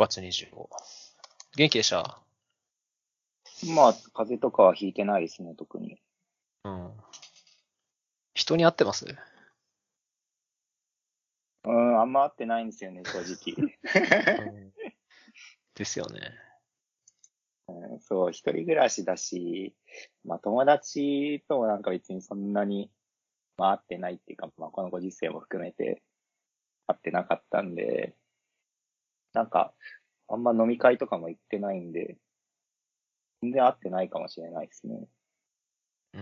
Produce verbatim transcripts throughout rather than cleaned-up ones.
くがつにじゅうご。元気でした？ まあ、風邪とかはひいてないですね、特に。 うん。人に会ってます？ うん、あんま会ってないんですよね、正直。 うん。ですよね。 うん、そう、一人暮らしだし、まあ友達ともなんか別にそんなに、まあ会ってないっていうか、まあこのご時世も含めて会ってなかったんで、なんか、あんま飲み会とかも行ってないんで、全然会ってないかもしれないですね。 うん。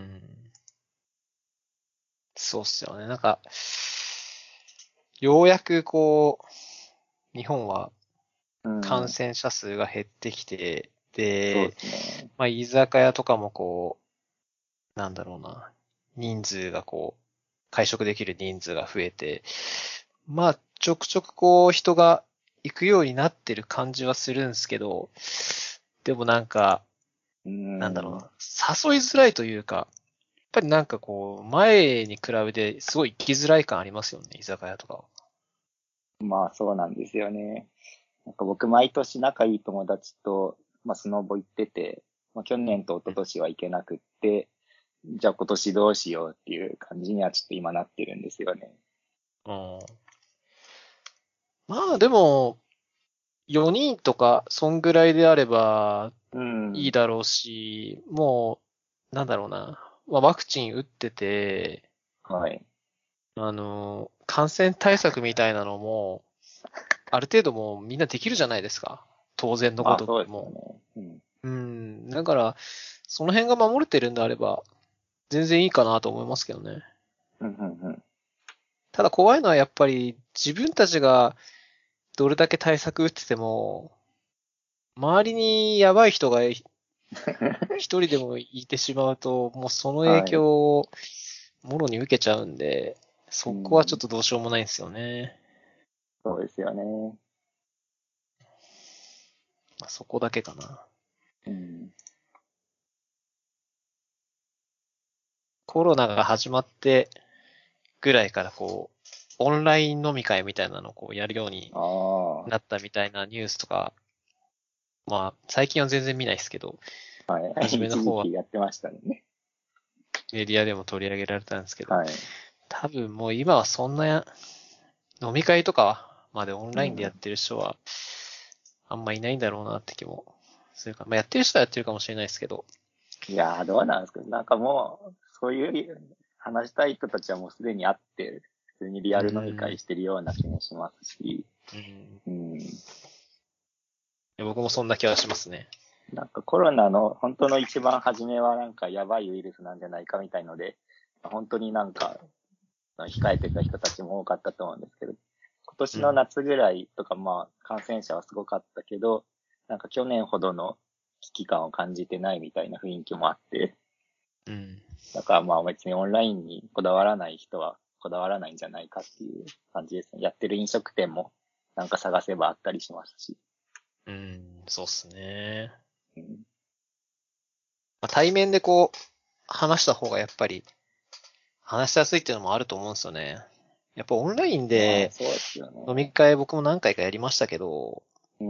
そうっすよね。なんか、ようやくこう、日本はうん、 感染者数が減ってきて、 そうで、 ですね。 まあ居酒屋とかもこう、なんだろうな、人数がこう、会食できる人数が増えて、まあちょくちょくこう人が行くようになってる感じはするんですけど、でもなんか、 うなんだろうな、 ん、 誘いづらいというか、やっぱりなんかこう、前に比べてすごい行きづらい感ありますよね、居酒屋とかは。 まあそうなんですよね。なんか僕毎年仲いい友達と、まあスノボ行ってて、まあ去年と一昨年は行けなくって、じゃあ今年どうしようっていう感じにはちょっと今なってるんですよね。 うん。まあでも、よにんとか、そんぐらいであればうん。 いいだろうし、もう、なんだろうな。まあ、ワクチン打ってて、 はい。 あの、感染対策みたいなのも、ある程度もうみんなできるじゃないですか。当然のごまあそうですよとくもね。うん。 う。うん。だから、その辺が守れてるんであれば、全然いいかなと思いますけどね。 うん、うん、うん。 ただ怖いのはやっぱり自分たちがどれだけ対策打ってても、周りにやばい人が一人でもいてしまうと、もうその影はい。 響をもろに受けちゃうんで、そこはちょっうん。 とどうしようもないんですよね。 そうですよね。 まあ、そこだけかな。 うん。 コロナが始まってぐらいからこう、オンライン飲み会みたいなのをこうやるようにああ。 なったみたいなニュースとか、まあ最近は全然見ないですけど、 はい。 初めの一時方は期やってましたね。 メディアでも取り上げられたんですけど、 はい。 多分もう今はそんな飲み会とかまでオンうん。 ラインでやってる人はあんまいないんだろうなって気もするか。まあやってる人はやってるかもしれないですけど、 いやー、どうなんですか？なんかもう、そういう話したい人たちはもうすでに会って、普通にリうアル飲みーん、 会してるような気もしますし、 うん。 うん。 僕もそんな気はしますね。 なんかコロナの本当の一番初めはなんかやばいウイルスなんじゃないかみたいので、本当になんか控えてた人たちも多かったと思うんですけど、今年のうん。 夏ぐらいとかまあ感染者はすごかったけど、なんか去年ほどの危機感を感じてないみたいな雰囲気もあって、 うん。 だからまあ別にオンラインにこだわらない人はこだわらないんじゃないかっていう感じですね。やってる飲食店もなんか探せばあったりしますし。 うん。そうっすね。 うん、 まあ、対面でこう、話した方がやっぱり話しやすいっていうのもあると思うんですよね。やっぱオンラインでまあそうですよね。 飲み会僕も何回かやりましたけど、 うん。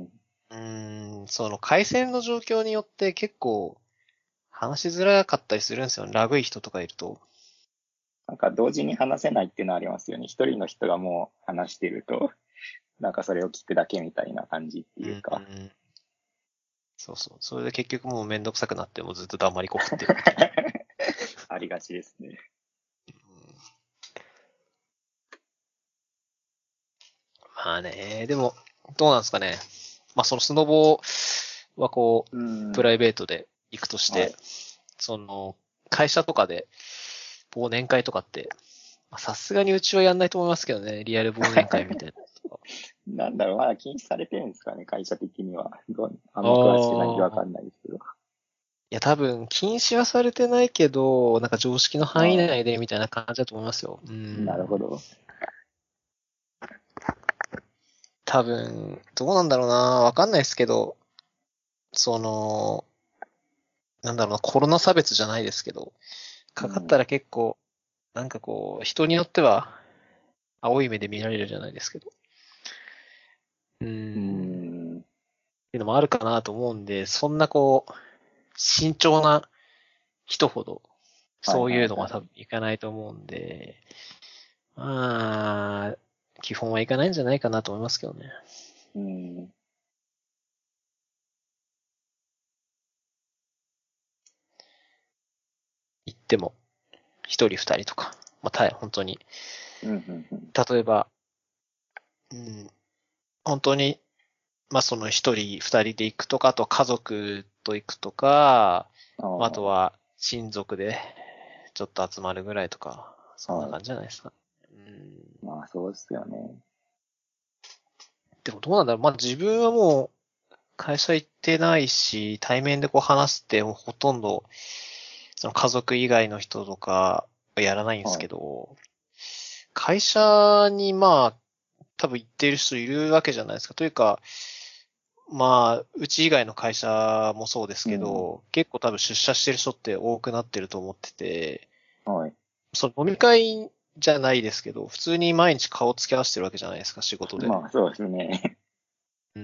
うーん、その回線の状況によって結構話しづらかったりするんですよね。ラグい人とかいると。 なんか同時に話せないっていうのはありますよね。一人の人がもう話してると、なんかそれを聞くだけみたいな感じってうん。 いうか。 そうそう。それで結局もうめんどくさくなってもうずっと黙りこくってるみたいな。 ありがちですね。 まあね、でも、どうなんですかね。まあそのスノボはこう、 うん。 プライベートで行くとして、 はい。 その、会社とかで忘年会とかって、さすがにうちはやんないと思いますけどね。リアル忘年会みたいな。 なんだろう、まだ禁止されてるんですかね、会社的には。どうあんま詳しくないんでわああ。 かんないですけど。 いや、多分、禁止はされてないけど、なんか常識の範囲ああ、 内でみたいな感じだと思いますよ。うなるん。 ほど。 多分、どうなんだろうな。わかんないですけど、その、なんだろうな、コロナ差別じゃないですけど、かかったうん。 ら結構、なんかこう、人によっては、青い目で見られるじゃないですけど。ううーん。 いうのもあるかなと思うんで、そんなこう、慎重な人ほど、そういうのが多分いかないと思うんで、まあ、基本はいかないんじゃないかなと思いますけどね。 うん。 行っても、一人二人とか、まあ、た本当に、 うん、うん、うん。 例えば、うん、本当に、まあその一人二人で行くとか、あと家族と行くとか、まあ、あとあは親族でちょっと集まるぐらいとか、 あ、 そんなはい。 感じじゃないですか。うん、 まあ、そうですよね。 でもどうなんだろう。まあ自分はもう会社行ってないし、対面でこう話すってもうほとんど、その家族以外の人とかはやらないんですはい。 けど、会社にまあ多分行っている人いるわけじゃないですか。というか、まあ、うち以外の会社もそうですうん。 けど、結構多分出社してる人って多くなってると思ってて、 はい。 その飲み会じゃないですけど、普通に毎日顔つき合わせてるわけじゃないですか、仕事で。 まあ、そうですね。 うん。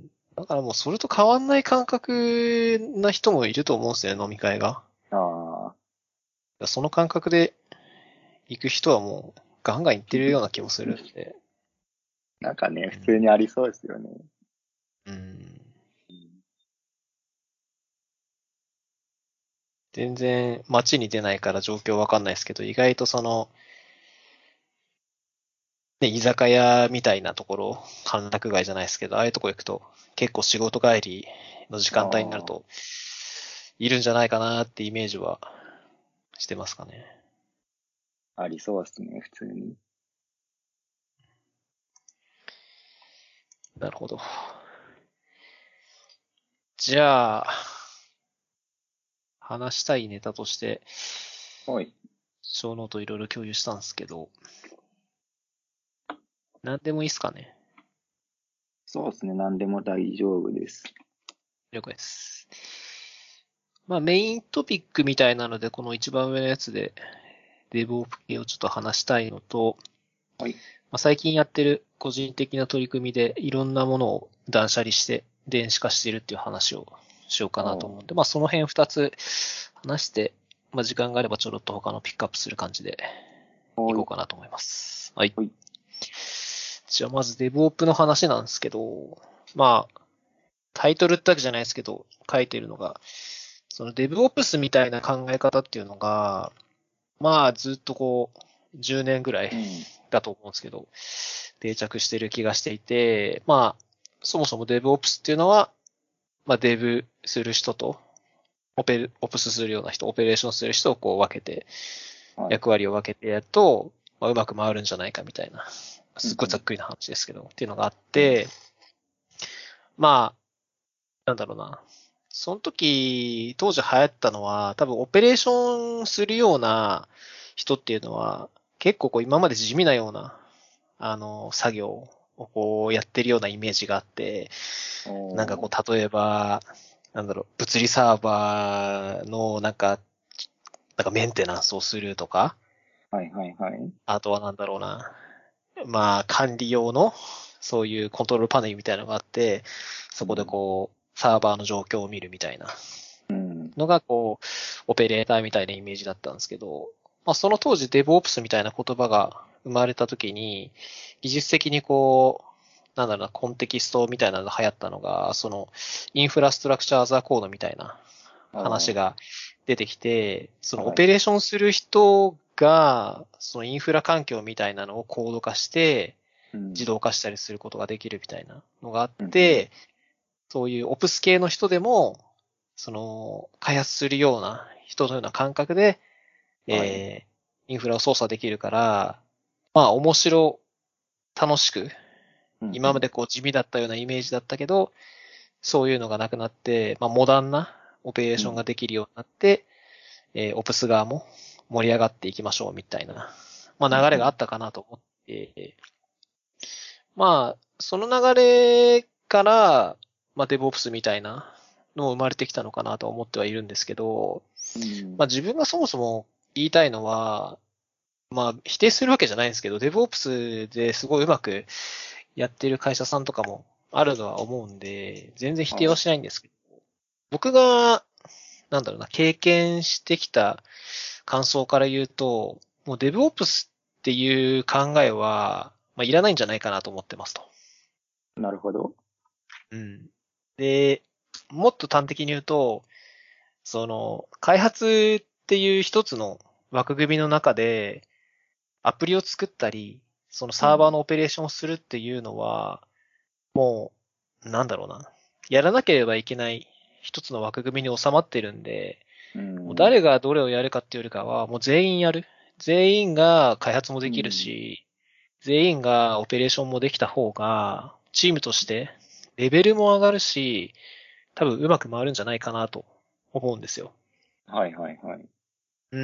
だからもうそれと変わんない感覚な人もいると思うんですよね、飲み会が。 ああ。 その感覚で行く人はもうガンガン行ってるような気もするんで。 なんかね、普通うん。 にありそうですよね。 うん、 うん。 全然街に出ないから状況わかんないですけど、意外とその、ね、居酒屋みたいなところ、歓楽街じゃないですけど、ああいうとこ行くと、結構仕事帰りの時間帯になるあと、いるんじゃないかなってイメージはしてますかね。 あ、ありそうですね、普通に。 なるほど。じゃあ、話したいネタとして、 はい。 小ノートいろいろ共有したんですけど、何でもいいっすかね。 そうですね、何でも大丈夫です。 了解です。まあメイントピックみたいなので、この一番上のやつで、デブオプ系をちょっと話したいのと、 はい。 まあ、最近やってる個人的な取り組みでいろんなものを断捨離して電子化しているっていう話をしようかああ、 なと思うんで、まあその辺二つ話して、まあ時間があればちょろっと他のピックアップする感じでいはい。 こうかなと思います。はい。 はい。 じゃあまずデブオプの話なんですけど、まあタイトルってわけじゃないですけど、書いてるのが、そのデブオプスみたいな考え方っていうのが、まあずっとこう、じゅうねんぐらいうん。 だと思うんですけど、定着してる気がしていて、まあ、そもそも DevOps っていうのは、まあ、デブする人と、オペ、オプスするような人、オペレーションする人をこう分けて、 はい。 役割を分けてやると、まあ、うまく回るんじゃないかみたいな、 うん、 すっごいざっくりな話ですけど、っていうのがあっうん。 て、まあ、なんだろうな。その時、当時流行ったのは、多分オペレーションするような人っていうのは、結構こう今まで地味なような、あの、作業をこうやってるようなイメージがあって、なんかこおー。 う例えば、なんだろう、物理サーバーのなんか、なんかメンテナンスをするとか、 はいはいはい。 あとはなんだろうな、まあ管理用のそういうコントロールパネルみたいなのがあって、そこでうん。 こう、サーバーの状況を見るみたいなうん。 のがこう、オペレーターみたいなイメージだったんですけど、まあその当時 DevOps みたいな言葉が生まれた時に、技術的にこう、なんだろうな、コンテキストみたいなのが流行ったのが、その、インフラストラクチャーアザーコードみたいなああ、 話が出てきて、そのオはい。 ペレーションする人が、そのインフラ環境みたいなのをコード化して、 うん。 自動化したりすることができるみたいなのがあっうん。うん。 て、そういうオプス系の人でも、その、開発するような人のような感覚で、 はい。 えー、インフラを操作できるから、まあ面白、楽しく、 うん。うん。 今までこう地味だったようなイメージだったけど、そういうのがなくなって、まあモダンなオペレーうん。 ションができるようになって、えー、オプス側も盛り上がっていきましょうみたいな、まあ流れがあうん。 ったかなと思って、まあ、その流れから、まあ DevOps みたいなのも生まれてきたのかなと思ってはいるんですけど、 うん。 まあ自分がそもそも言いたいのは、まあ否定するわけじゃないんですけど、DevOps ですごいうまくやってる会社さんとかもあるのは思うんで、全然否定はい。 はしないんですけど、僕が、なんだろうな、経験してきた感想から言うと、もう DevOps っていう考えは、まあ、いらないんじゃないかなと思ってますと。 なるほど。 うん。で、もっと端的に言うと、その、開発っていう一つの枠組みの中で、アプリを作ったり、そのサーバーうん。 のオペレーションをするっていうのは、もう、なんだろうな。やらなければいけない一つの枠組みに収まってるんで、 うん。 もう誰がどれをやるかっていうよりかは、もう全員やる。全員が開発もできるうん。 し、全員がオペレーションもできた方が、チームとしてレベルも上がるし、多分うまく回るんじゃないかなと思うんですよ。 はいはいはい。 うん。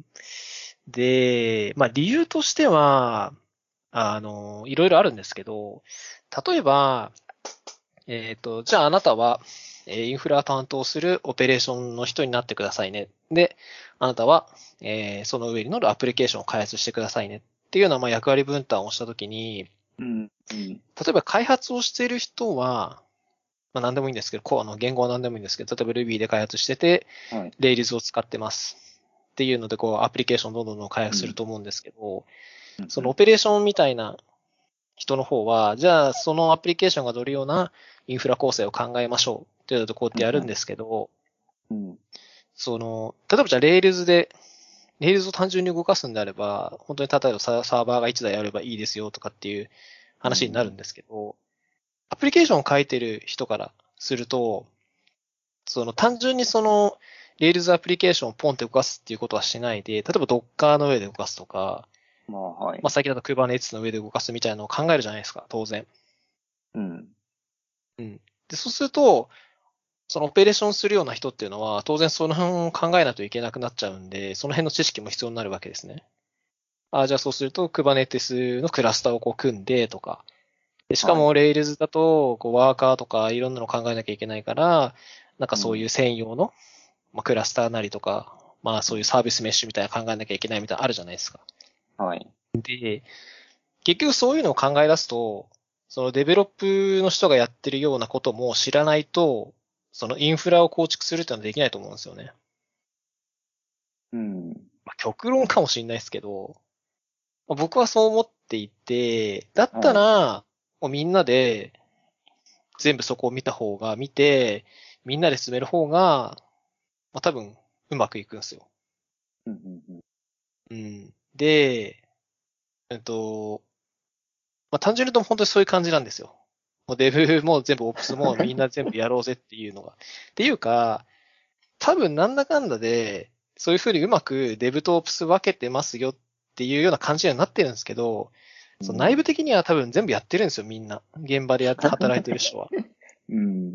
で、まあ理由としては、あの、いろいろあるんですけど、例えば、えっと、じゃああなたは、えーインフラ担当するオペレーションの人になってくださいね。で、あなたは、えーその上に乗るアプリケーションを開発してくださいね。っていうような、まあ、役割分担をしたときに、 うん。うん。 例えば開発をしている人は、まあ、何でもいいんですけど、コアの言語は何でもいいんですけど、例えば Ruby で開発してて、 はい。 Rails を使ってます。っていうので、こう、アプリケーションどんどんどん開発するうん。 と思うんですけど、 うんうん。 そのオペレーションみたいな人の方は、じゃあそのアプリケーションがどれようなインフラ構成を考えましょうっていうのとこうやってやるんですけど、 うん。 その、例えばじゃあ Rails で、Rails を単純に動かすんであれば、本当に例えばサーバーがいちだいあればいいですよとかっていう話になるんですけど、アプリケーションを書いてる人からすると、その単純にその Rails アプリケーションをポンって動かすっていうことはしないで、例えば Docker の上で動かすとか、 まあ、はい。 まあ最近だと Kubernetes の上で動かすみたいなのを考えるじゃないですか、当然。 うん。 うん。で、そうすると、そのオペレーションするような人っていうのは、当然その辺を考えないといけなくなっちゃうんで、その辺の知識も必要になるわけですね。あじゃあそうすると、Kubernetes のクラスターをこう組んでとか、でしかはい。 も Rails だと、こうワーカーとかいろんなの考えなきゃいけないから、なんかうん。 そういう専用の、まあ、クラスターなりとか、まあそういうサービスメッシュみたいな考えなきゃいけないみたいなのあるじゃないですか。 はい。 で、結局そういうのを考え出すと、そのデベロップの人がやってるようなことも知らないと、そのインフラを構築するってのはできないと思うんですよね。 うん。 まあ、極論かもしれないですけど、まあ僕はそう思っていて、だったはい。 ら、もうみんなで全部そこを見た方が、見て、みんなで進める方が、まあ、多分うまくいくんですよ。 うん。うん。 うん。で、えっと、まあ、単純に言うと本当にそういう感じなんですよ。もうデブも全部オプスもみんな全部やろうぜっていうのが。っていうか、多分なんだかんだで、そういうふうにうまくデブとオプス分けてますよっていうような感じにはなってるんですけど、その内部的には多分全部やってるんですよ、みんな。現場でやって働いてる人は。 うん。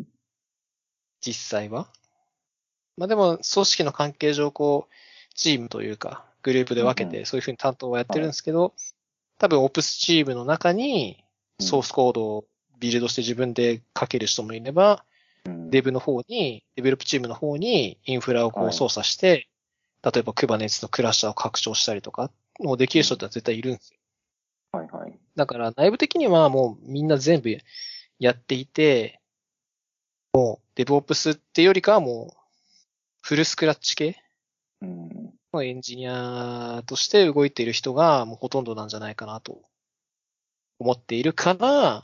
実際は。まあでも、組織の関係上、こう、チームというか、グループでうん。うん。 分けて、そういうふうに担当はやってるんはい。 ですけど、多分、オプスチームの中に、 うん。 ソースコードをビルドして自分で書ける人もいれば、 うん。 デブの方に、デベロップチームの方にインフラをこうはい。 操作して、例えば Kubernetes のクラスターを拡張したりとか、もうできる人っうん。 て絶対いるんですよ。 はいはい。 だから内部的にはもうみんな全部やっていて、DevOps っていうよりかはもうフルスクラッチ系うん。 のエンジニアとして動いている人がもうほとんどなんじゃないかなと思っているから、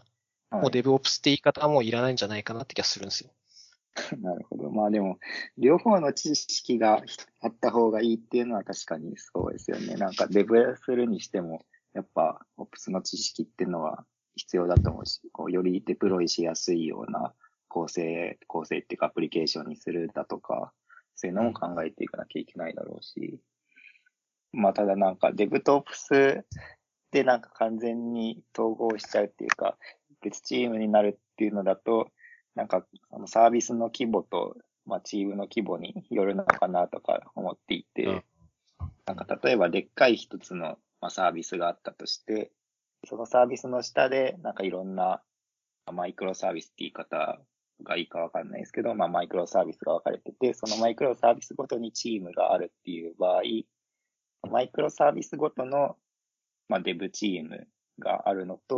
もうはい。 DevOps って言い方はもういらないんじゃないかなって気がするんですよ。 なるほど。まあでも、両方の知識があった方がいいっていうのは確かにそうですよね。なんかデブするにしても、やっぱ、オプスの知識っていうのは必要だと思うし、こう、よりデプロイしやすいような構成、構成っていうかアプリケーションにするだとか、そういうのもうん。 考えていかなきゃいけないだろうし、まあただなんかデブとオプスでなんか完全に統合しちゃうっていうか、別チームになるっていうのだと、なんかそのサービスの規模と、まあチームの規模によるのかなとか思っていて、なんか例えばでっかい一つの、まあ、サービスがあったとして、そのサービスの下でなんかいろんなマイクロサービスって言い方がいいかわかんないですけど、まあマイクロサービスが分かれてて、そのマイクロサービスごとにチームがあるっていう場合、マイクロサービスごとのまあ、デブチームがあるのと、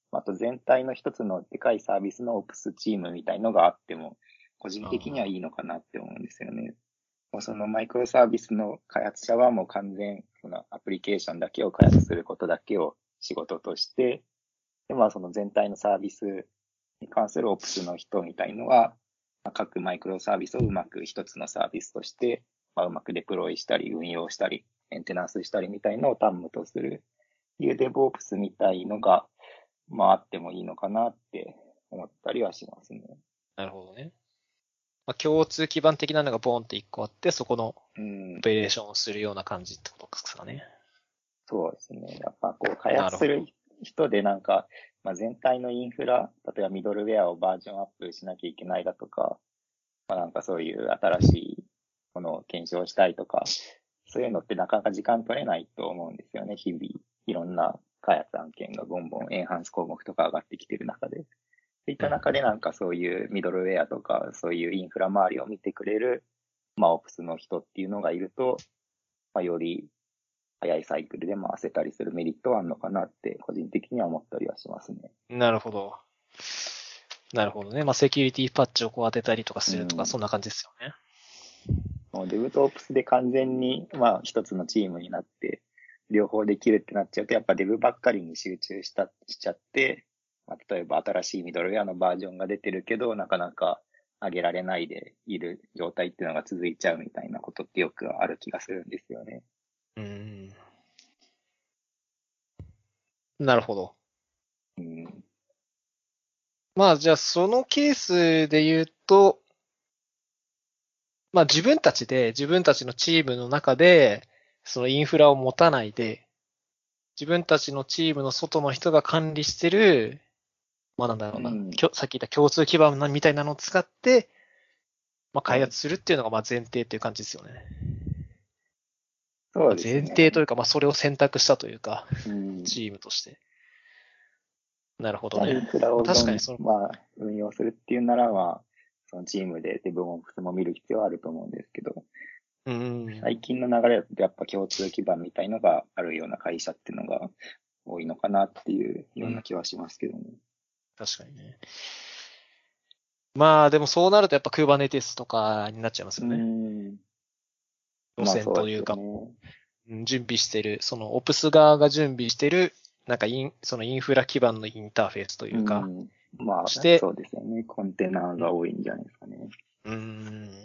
あと全体の一つのでかいサービスのオプスチームみたいのがあっても、個人的にはいいのかなって思うんですよね。もうそのマイクロサービスの開発者はもう完全、そのアプリケーションだけを開発することだけを仕事として、で、まあその全体のサービスに関するオプスの人みたいのは、まあ、各マイクロサービスをうまく一つのサービスとして、まあ、うまくデプロイしたり運用したり、メンテナンスしたりみたいのを担務とする、いうデブオプスみたいのが、まああってもいいのかなって思ったりはしますね。 なるほどね。まあ、共通基盤的なのがボーンって一個あって、そこのオペレーションをするような感じってことですかね。 そうですね。やっぱこう開発するなるほど。 人でなんか、まあ、全体のインフラ、例えばミドルウェアをバージョンアップしなきゃいけないだとか、まあ、なんかそういう新しいものを検証したいとか、そういうのってなかなか時間取れないと思うんですよね。日々、いろんな開発案件がボンボンエンハンス項目とか上がってきてる中で。そういった中でなんかそういうミドルウェアとか、そういうインフラ周りを見てくれる、まあ、オプスの人っていうのがいると、まあ、より早いサイクルで回せたりするメリットはあるのかなって、個人的には思ったりはしますね。 なるほど。なるほどね。まあ、セキュリティパッチをこう当てたりとかするとか、 うん、 そんな感じですよね。 もうデブとオプスで完全に、まあ、一つのチームになって、両方できるってなっちゃうと、やっぱデブばっかりに集中したしちゃって、まあ、例えば新しいミドルウェアのバージョンが出てるけど、なかなか上げられないでいる状態っていうのが続いちゃうみたいなことってよくある気がするんですよね。 うん。なるほど。 うん。 まあ、じゃあ、そのケースで言うと、まあ、自分たちで、自分たちのチームの中で、そのインフラを持たないで、自分たちのチームの外の人が管理してる、まあなんだろうな、 うん。 きょさっき言った共通基盤みたいなのを使って、まあ開はい。 発するっていうのがまあ前提っていう感じですよね。 そうですまあ前提とね。 いうか、まあそれを選択したというか、 うん。 チームとして。なるほどまあ、インね。 フラまあをどん、 確かにその、 まあ、運用するっていうなら、まあ、そのチームでデブオプスも見る必要はあると思うんですけど、 うん、 最近の流れだとやっぱ共通基盤みたいのがあるような会社っていうのが多いのかなっていうような気はしますけどね。 確かにね。まあでもそうなるとやっぱ Kubernetes とかになっちゃいますうーよね。 ん。 路まあそうで線というか、 すよね。 うん準備してる、そのオプス側が準備してる、なんかイン、そのインフラ基盤のインターフェースとういうか、 ん。まあ、 して、 そうですよね。コンテナが多いんじゃないですかね。 うん、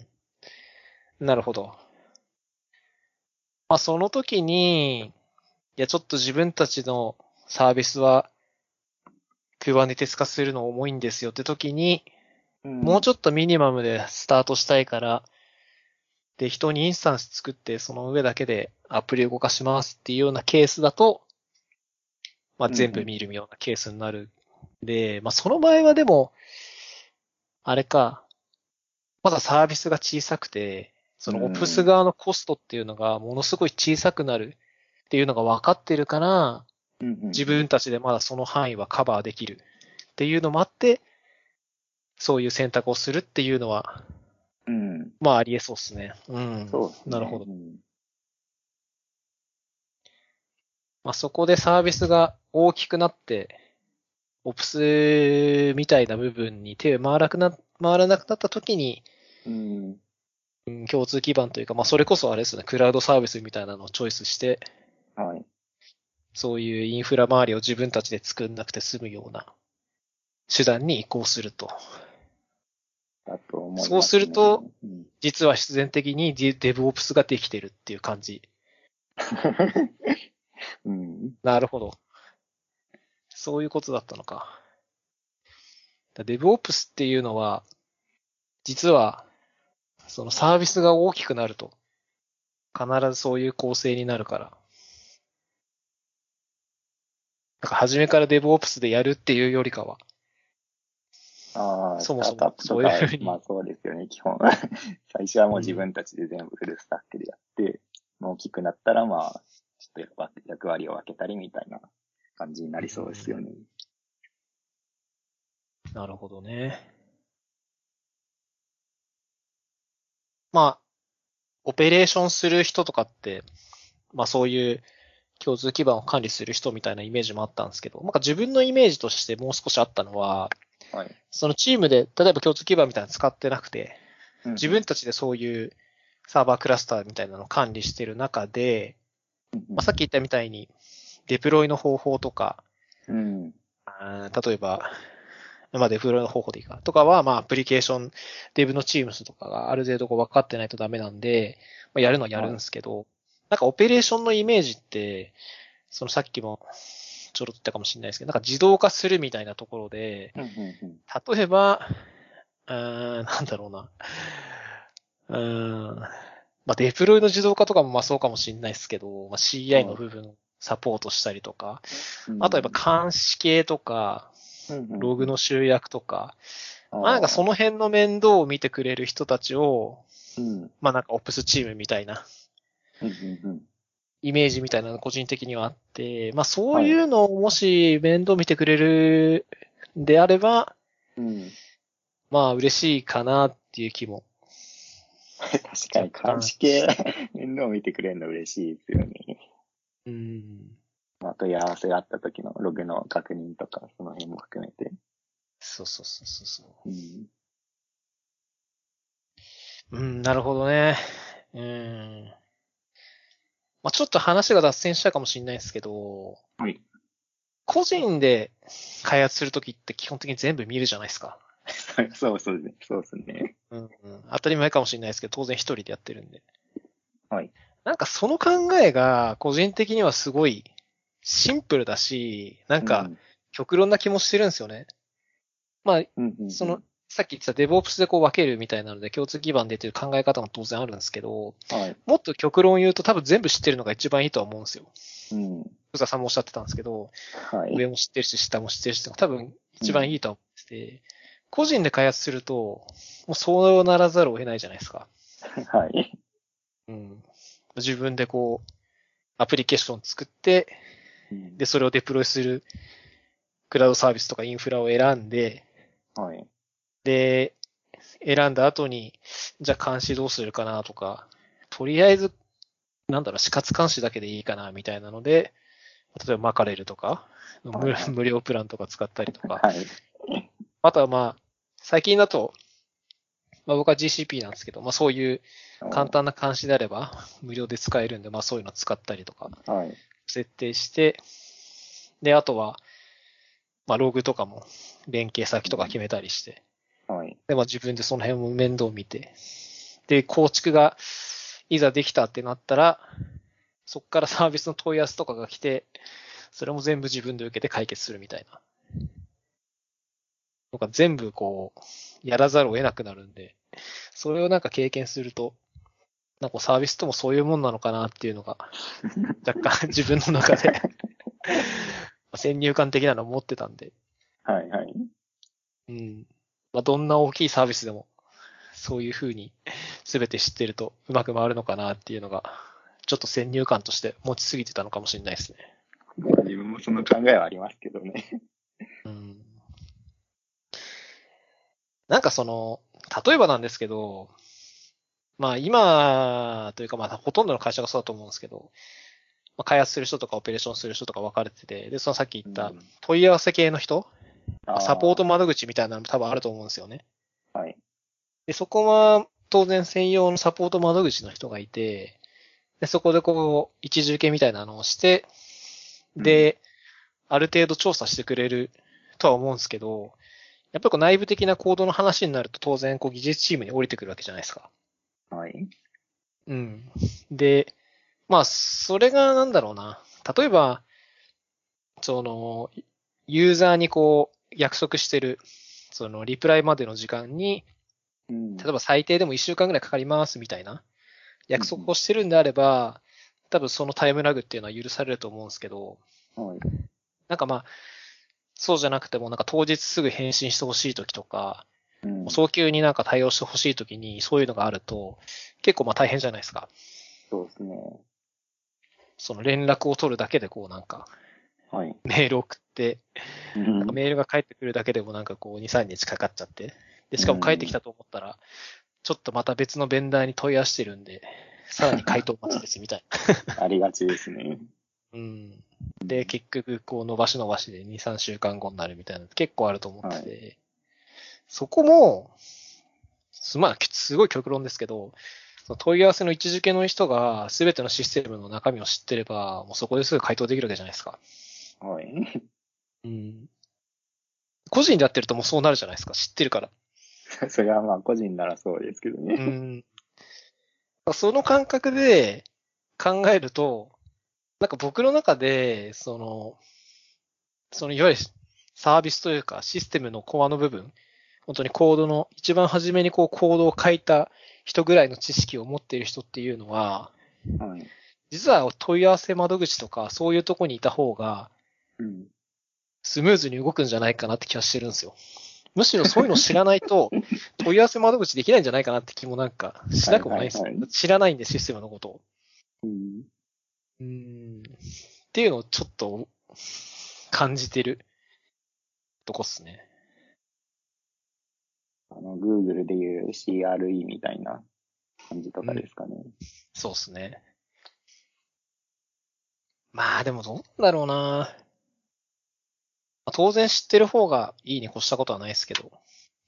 なるほど。まあその時に、いやちょっと自分たちのサービスは Kubernetes 化するの重いんですよって時に、 うん。 もうちょっとミニマムでスタートしたいから、で、人にインスタンス作って、その上だけでアプリ動かしますっていうようなケースだと、まあ、 うん、 全部見るようなケースになる。で、まあ、その場合はでも、あれか、まだサービスが小さくて、そうのオプスん。 側のコストっていうのがものすごい小さくなるっていうのが分かってるから、 うん。うん。 自分たちでまだその範囲はカバーできるっていうのもあって、そういう選択をするっていうのは、 うん。 まあありえそうですね。うん。 そうですね。 なるほど。 うん。 まあそこでサービスが大きくなって、オプスみたいな部分に手を回らなくな、回らなくなった時に、 うん。 うん共通基盤というか、まあそれこそあれですね、クラウドサービスみたいなのをチョイスして、 はい。 そういうインフラ周りを自分たちで作んなくて済むような手段に移行すると。 だと思いそうますね。 すると、 うん。 実は必然的にデデブオプスができてるっていう感じ。 うん。 なるほど。そういうことだったのか。デブオプスっていうのは、実は、そのサービスが大きくなると、必ずそういう構成になるから。なんか初めからデブオプスでやるっていうよりかは、 ああ、スそもそタートアッもそういうプとか、 ふうに、 まあそうですよね、基本。最初はもう自うん、 分たちで全部フルスタックでやって、もう大きくなったらまあ、ちょっと役役割を分けたりみたいな感じになりそうですよね。 なるほどね。まあ、オペレーションする人とかって、まあそういう共通基盤を管理する人みたいなイメージもあったんですけど、なんか自分のイメージとしてもう少しあったのは、 はい。 そのチームで、例えば共通基盤みたいなの使ってなくて、 うん自分たちでそういうサーバークラスターみたいなのを管理している中で、まあ、さっき言ったみたいに、デプロイの方法とか、 うん。 あー例えば、まあデプロイの方法でいいか、とかは、まあアプリケーション、デブのチームスとかがある程度こう分かってないとダメなんで、まあ、やるのはやるんですけど、なんかオペレーションのイメージって、そのさっきもちょろっと言ったかもしれないですけど、なんか自動化するみたいなところで、 うんうんうん。 例えば、うーん、なんだろうな。うーん。まあ、デプロイの自動化とかもまあそうかもしれないですけど、まあ、シーアイ の部分をサポートしたりとか、 うんあとはやっぱ監視系とか、 うんうんうんログの集約とか、 あまあなんかそーの辺の面倒を見てくれる人たちを、 うんまあなんかオプスチームみたいなうんうんうんイメージみたいなのが個人的にはあって、まあそうはい。 いうのをもし面倒見てくれるんであれば、 うんまあ嬉しいかなっていう気も確かに若干。 監視系面倒見てくれるの嬉しいですよね。 うん。 まあ、問い合わせがあった時のログの確認とか、その辺も含めて。 そうそうそうそうそう。 うん。 うん、なるほどね。うん。まあ、ちょっと話が脱線したかもしれないですけど、 はい。 個人で開発するときって基本的に全部見るじゃないですか。 そうそうですね。そうですね。 うん、うん。当たり前かもしれないですけど、当然一人でやってるんで。 はい。 なんかその考えが個人的にはすごいシンプルだし、なんかうん極論な気もしてるんですよね。まあ、 うんうんその、さっき言ってた DevOps でこう分けるみたいなので共通基盤でという考え方も当然あるんですけど、 はい。 もっと極論言うと多分全部知ってるのが一番いいとは思うんですよ。 うん。 福沢さんもおっしゃってたんですけど、 はい。 上も知ってるし下も知ってるし、多分一うん番いいとは思ってて、個人で開発すると、もうそうならざるを得ないじゃないですか。 はい。 うん。自分でこう、アプリケーション作って、 うんで、それをデプロイするクラウドサービスとかインフラを選んで、 はい。 で、選んだ後に、じゃあ監視どうするかなとか、とりあえず、なんだろう、死活監視だけでいいかなみたいなので、例えばマカレルとか、無はいはい無料プランとか使ったりとか、 はい。 あとはまあ、最近だと、まあ僕は ジーシーピー なんですけど、まあそういう簡単な監視であれば無料で使えるんで、まあそういうの使ったりとかはい。 設定して、で、あとは、まあログとかも連携先とか決めたりして、 はい。 で、まあ自分でその辺も面倒見て、で、構築がいざできたってなったら、そこからサービスの問い合わせとかが来て、それも全部自分で受けて解決するみたいな。とか全部こう、やらざるを得なくなるんで、それをなんか経験すると、なんかサービスともそういうもんなのかなっていうのが、若干自分の中で先入観的なのを持ってたんで、 はい。はい。 うん。まあ、どんな大きいサービスでも、そういう風に全て知ってるとうまく回るのかなっていうのが、ちょっと先入観として持ちすぎてたのかもしれないですね。 自分もその考えはありますけどね。 うん。なんかその、例えばなんですけど、まあ今というかまあほとんどの会社がそうだと思うんですけど、まあ、開発する人とかオペレーションする人とか分かれてて、で、そのさっき言ったうん問い合わせ系の人、 あサポートあ。 窓口みたいなのも多分あると思うんですよね。 はい。 で、そこは当然専用のサポート窓口の人がいて、で、そこでこう、一時受けみたいなのをして、で、ある程度調査してくれるとは思うんですけど、やっぱりこう内部的なコードの話になると当然こう技術チームに降りてくるわけじゃないですか。 はい。 うん。で、まあ、それがなんだろうな。例えば、その、ユーザーにこう、約束してる、その、リプライまでの時間に、 うん例えば最低でもいっしゅうかんぐらいかかりますみたいな約束をしてるんであれば、多分そのタイムラグっていうのは許されると思うんですけど、 はい。 なんかまあ、そうじゃなくてもなんか当日すぐ返信してほしいときとか、 うん早急になんか対応してほしいときにそういうのがあると、結構まあ大変じゃないですか。 そうですね。 その連絡を取るだけでこうなんか、 はい。 メール送って、 うんなんかメールが返ってくるだけでもなんかこうに、さんにちかかっちゃって、で、しかも返ってきたと思ったら、ちょっとまた別のベンダーに問い合わせてるんで、さらに回答待ちですみたいな。 ありがちですね。 うん。で、結局、こう伸ばし伸ばしでに、さんしゅうかんごになるみたいなの結構あると思ってて、はい、そこも、すまあ、すごい極論ですけど、その問い合わせの位置づけの人が全てのシステムの中身を知ってれば、もうそこですぐ回答できるわけじゃないですか。 はい。 うん。個人でやってるともうそうなるじゃないですか。知ってるから。 それはまあ個人ならそうですけどね。 うん。その感覚で考えると、なんか僕の中で、その、そのいわゆるサービスというかシステムのコアの部分、本当にコードの、一番初めにこうコードを書いた人ぐらいの知識を持っている人っていうのは、 はい、 実は問い合わせ窓口とかそういうとこにいた方が、スムーズに動くんじゃないかなって気がしてるんですよ。むしろそういうのを知らないと、問い合わせ窓口できないんじゃないかなって気もなんかしなくもないですよ。はいはいはい、知らないんで、システムのことを。うん、うーんっていうのをちょっと感じてるとこっすね。 あの、Google でいう シーアールイー みたいな感じとかですかね。うん、 そうっすね。まあでもどうだろうな。当然知ってる方がいいに越したことはないですけど。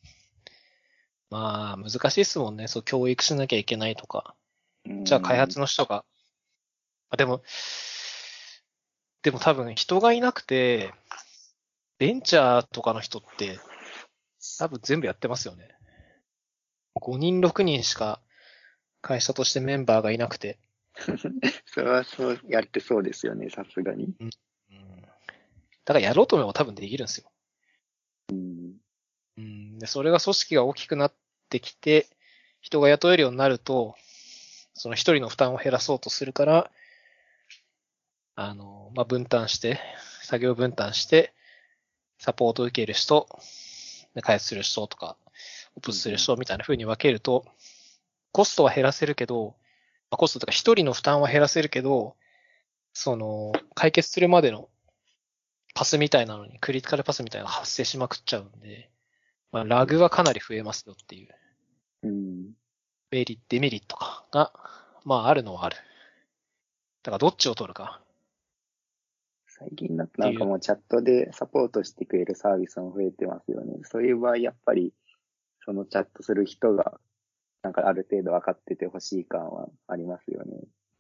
まあ難しいっすもんね。そう教育しなきゃいけないとか。じゃあ開発の人が。あでも、でも多分人がいなくて、ベンチャーとかの人って多分全部やってますよね。ごにん、ろくにんしか会社としてメンバーがいなくて。 それはそうやってそうですよね、さすがに。うん。 だからやろうと思えば多分できるんですよ。うん。うん、でそれが組織が大きくなってきて、人が雇えるようになると、その一人の負担を減らそうとするから、あの、まあ、分担して、作業分担して、サポートを受ける人、開発する人とか、オプスする人みたいな風に分けると、コストは減らせるけど、コストとか一人の負担は減らせるけど、その、解決するまでのパスみたいなのに、クリティカルパスみたいなのが発生しまくっちゃうんで、まあ、ラグはかなり増えますよっていう。うん。メリット、デメリットが、まああるのはある。だからどっちを取るか。 最近だとなんかもうチャットでサポートしてくれるサービスも増えてますよね。そういう場合やっぱり、そのチャットする人が、なんかある程度分かっててほしい感はありますよね。 うん。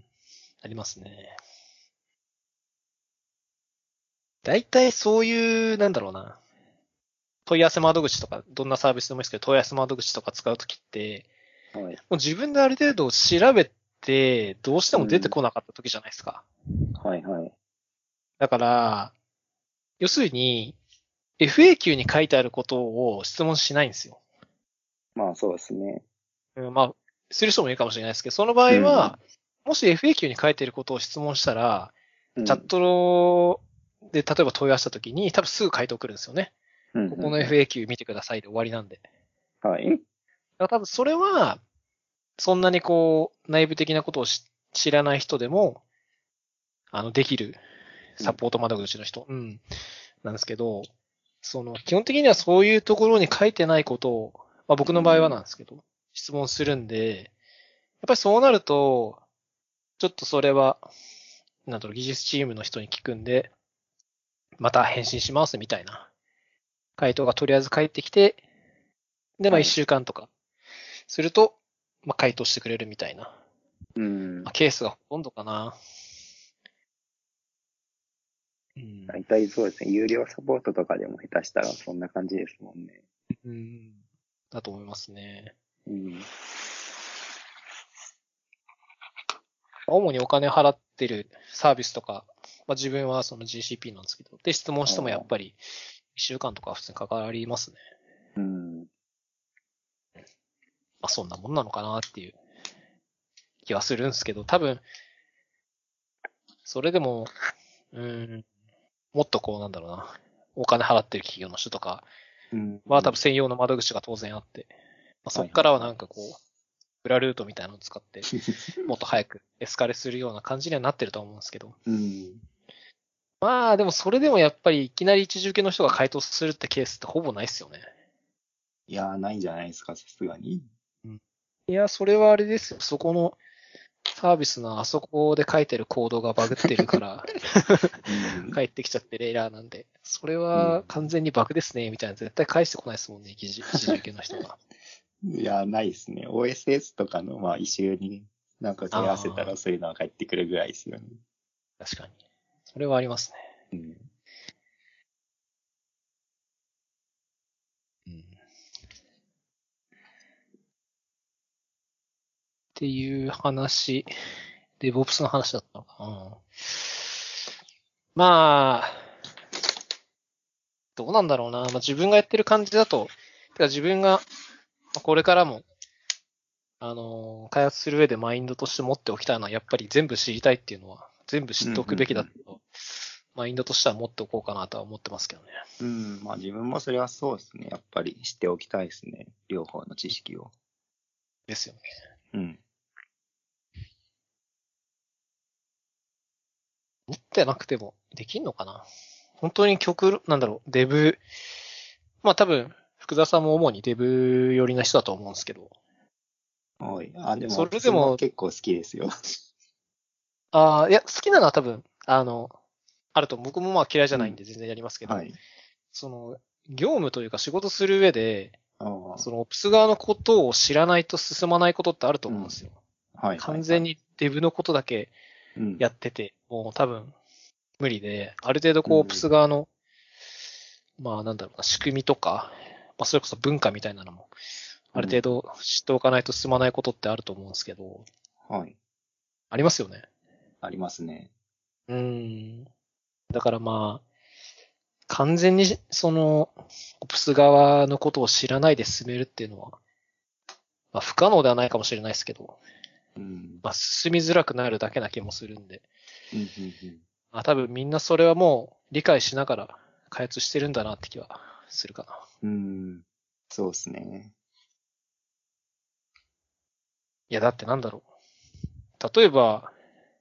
ありますね。大体そういう、なんだろうな。問い合わせ窓口とか、どんなサービスでもいいですけど、問い合わせ窓口とか使うときって、はい、もう自分である程度調べて、どうしても出てこなかったときじゃないですか。 うん、はいはい。 だから、要するに、エフエーキュー に書いてあることを質問しないんですよ。 まあそうですね。 うん、まあ、する人もいるかもしれないですけど、その場合は、うん、もし エフエーキュー に書いてあることを質問したら、うん、チャットで例えば問い合わせたときに多分すぐ回答来るんですよね。うんうんうん、ここの エフエーキュー 見てくださいで終わりなんで。 はい。 だから多分それは、そんなにこう、内部的なことを知らない人でも、あの、できるサポート窓口の人、うん、うん、なんですけど、その、基本的にはそういうところに書いてないことを、まあ僕の場合はなんですけど、うん、質問するんで、やっぱりそうなると、ちょっとそれは、なんだろう、技術チームの人に聞くんで、また返信しますみたいな回答がとりあえず返ってきて、で、まあ一週間とかすると、まあ回答してくれるみたいな、うん、まあ、ケースがほとんどかな。 うん、大体そうですね。有料サポートとかでも下手したらそんな感じですもんね。 うん。だと思いますね。うん。主にお金払ってるサービスとか、まあ自分はその ジーシーピー なんですけど、で質問してもやっぱりいっしゅうかんとか普通にかかりますね。うん。まあそんなもんなのかなっていう気はするんですけど、多分、それでも、うん、もっとこうなんだろうな、お金払ってる企業の人とかは多分専用の窓口が当然あって、まあ、そっからはなんかこう、裏ルートみたいなのを使って、もっと早くエスカレするような感じにはなってると思うんですけど。うん、まあでもそれでもやっぱりいきなり一時系の人が回答するってケースってほぼないっすよね。 いやー、ないんじゃないですか、さすがに。 うん、いや、それはあれですよ。そこのサービスのあそこで書いてるコードがバグってるから、 うん、 帰ってきちゃってるエラーなんで、それは完全にバグですね、みたいな絶対返してこないですもんね、記事、記事受けの人が。 いや、ないですね。オーエスエス とかの、まあ、イシューになんか問い合わせたああ、 らそういうのが返ってくるぐらいですよね。 確かに。それはありますね。 うん。 うん。っていう話、デボプスの話だったのかな。まあ、どうなんだろうな。まあ、自分がやってる感じだと、てか自分がこれからも、あのー開発する上でマインドとして持っておきたいのは、やっぱり全部知りたいっていうのは、全部知っておくべきだと、マインドとしては持っておこうかなとは思ってますけどね。 うん、まあ自分もそれはそうですね。やっぱり知っておきたいですね。両方の知識を。 ですよね。 うん。 持ってなくてもできんのかな。本当に極、なんだろう、デブ、まあ多分、福田さんも主にデブ寄りな人だと思うんですけど、 はい。あ、でも、 それで私もも、 結構好きですよ。 ああ、いや、好きなのは多分、あの、あると、僕もまあ嫌いじゃないんうん。 で全然やりますけど、 はい。 その、業務というか仕事する上で、 ああ。 そのオプス側のことを知らないと進まないことってあるとうん。 思うんですよ。 はいはいはい。 完全にデブのことだけうん。 やってて、もう多分無理で、ある程度こう、オプスうん。 側の、まあなんだろうな、仕組みとか、まあそれこそ文化みたいなのも、ある程うん。 度知っておかないと進まないことってあると思うんですけど、 はい。 ありますよね。 ありますね。 うーん。だからまあ、完全にその、オプス側のことを知らないで進めるっていうのは、まあ不可能ではないかもしれないですけど、 うん。 まあ進みづらくなるだけな気もするんで、 うん。うん。 まあ多分みんなそれはもう理解しながら開発してるんだなって気はするかな。 うん。うん。そうですね。 いやだってなんだろう。例えば、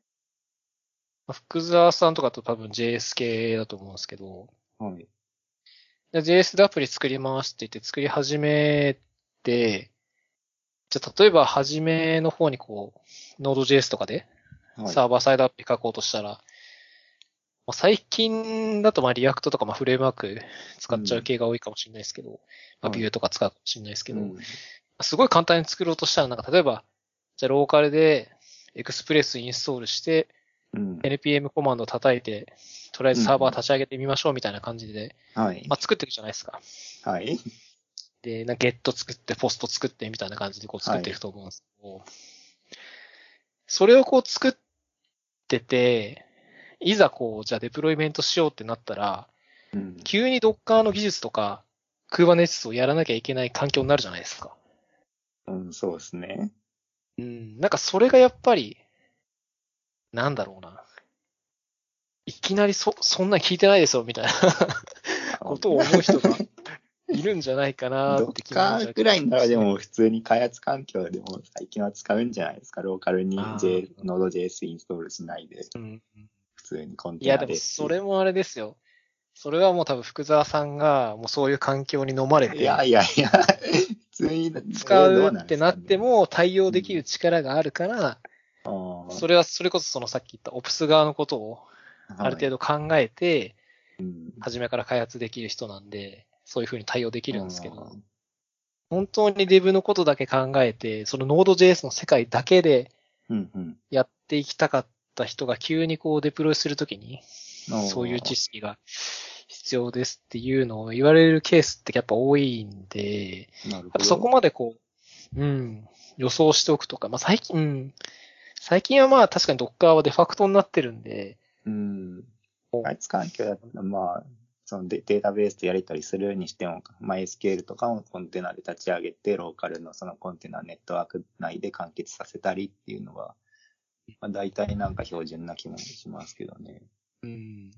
福沢さんとかと多分 ジェイエス 系だと思うんですけど、 はい。 ジェイエス でアプリ作りますって言って作り始めて、じゃあ例えば初めの方にこう、Node.js とかではい。 サーバーサイドアプリ書こうとしたら、最近だとまあリアクトとかまあフレームワーク使っちゃううん。 系が多いかもしれないですけど、まあはい。 ビューとか使うかもしれないですけど、 うん。 すごい簡単に作ろうとしたらなんか例えば、じゃあローカルでエクスプレスインストールして、 うん。 エヌピーエム コマンド叩いて、とりあえずサーバーうん。 立ち上げてみましょうみたいな感じで、 はい。 まあ作っていくじゃないですか。 はい。 で、なゲット作って、ポスト作ってみたいな感じでこう作っていくはい。 と思うんですけど、それをこう作ってて、いざこう、じゃあデプロイメントしようってなったら、 うん。 急に Docker の技術とか、Kubernetes をやらなきゃいけない環境になるじゃないですか。 うん、そうですね。 うん、なんかそれがやっぱり、なんだろうな。いきなりそ、そんな聞いてないですよ、みたいなあ、 ことを思う人がいるんじゃないかなって気もドッカー若ぐらいならで干して。 も普通に開発環境でも最近は使うんじゃないですか。ローカルにあ J、 あ、 Node.js インストールしないで、 うん。 普通にコンいや、 テナでもでっていう。 それもあれですよ。それはもう多分福沢さんがもうそういう環境に飲まれいやて、 いやいや、普通に、えー、どうなんで使うってすかね。 なっても対応できるうん。 力があるから、 あそれはそれこそそのさっき言ったオプス側のことをあ、 あるはい。 程度考えて、 うん。 初めから開発できる人なんで、そういうふうに対応できあるんですけど、 ー本当にデブのことだけ考えて、その Node.js の世界だけでうんうん。 やっていきたかった人が急にこうデプロイするときに、 あそういう知あ、 識が必要ですっていうのを言われるケースってやっぱ多いんで、やっなるほど。 ぱそこまでこう、うん、予想しておくとか、まあ最近、うん、最近はまあ確かに Docker はデファクトになってるんで、 うん。開発環境だったら、まあ、そのデデータベースとやり取りするにしても、MySQL とかをコンテナで立ち上げて、ローカルのそのコンテナネットワーク内で完結させたりっていうのが、まあ、大体なんか標準な気もしますけどね。 うん。い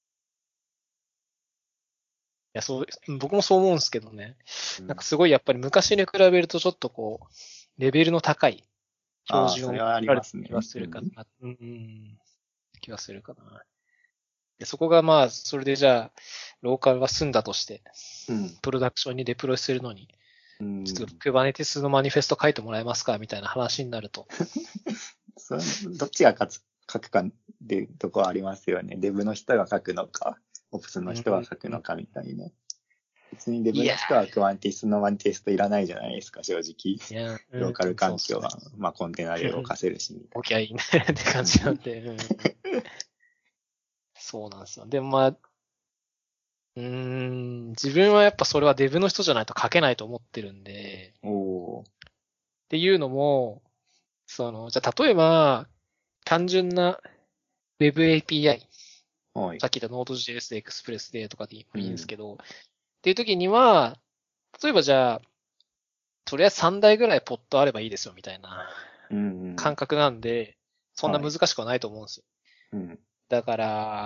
や、そう、僕もそう思うんですけどね。 うん、 なんかすごいやっぱり昔に比べるとちょっとこう、レベルの高い標ああ、 準をそれはありられてますね。 る気はするかうん。 な。うん、うん、気はするかな。でそこがまあ、それでじゃあ、ローカルは済んだとして、 うん。 プロダクションにデプロイするのに、 うん、 ちょっと Kubernetes のマニフェスト書いてもらえますかみたいな話になると、 そのどっちが書つ書くかっていうところありますよね。デブの人が書くのか、オプスの人が書くのかみたいな。別にデブの人はクワンティストのワンティストいらないじゃないですか、正直。 いや、 ローカル環境は、 うんそうそうまあコンテナで動かせるし、みたい起きゃいいねって感じなんで。うん、そうなんですよ。でもまあ、うーん、自分はやっぱそれはデブの人じゃないと書けないと思ってるんで、 な。おー。 っていうのも、その、じゃあ例えば、単純な Web エーピーアイ、 はい。 さっき言った Node.js で Express でとかでいいんですけど、 うんっていう時には、例えばじゃあ、とりあえずさんだいぐらいポットあればいいですよみたいなうんうん。 感覚なんで、そんな難しくはないと思うんですよ。 うん。 だから、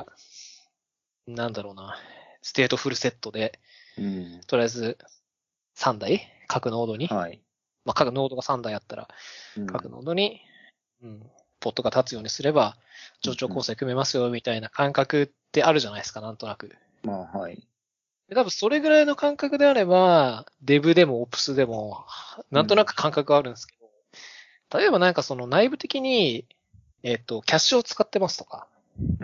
なんだろうな、ステートフルセットで、 うん。 とりあえずさんだい各ノードに、 はい。 まあ各ノードがさんだいあったら、 うん各ノードに、うん、ポットが立つようにすれば、上長構成組めますよみたいな感覚ってあるじゃないですか、なんとなく。 まあ、はい。 で多分それぐらいの感覚であれば、デブでもオプスでも、なんとなく感覚があるんですけど、例えばなんかその内部的に、えっと、キャッシュを使ってますとか。 うん。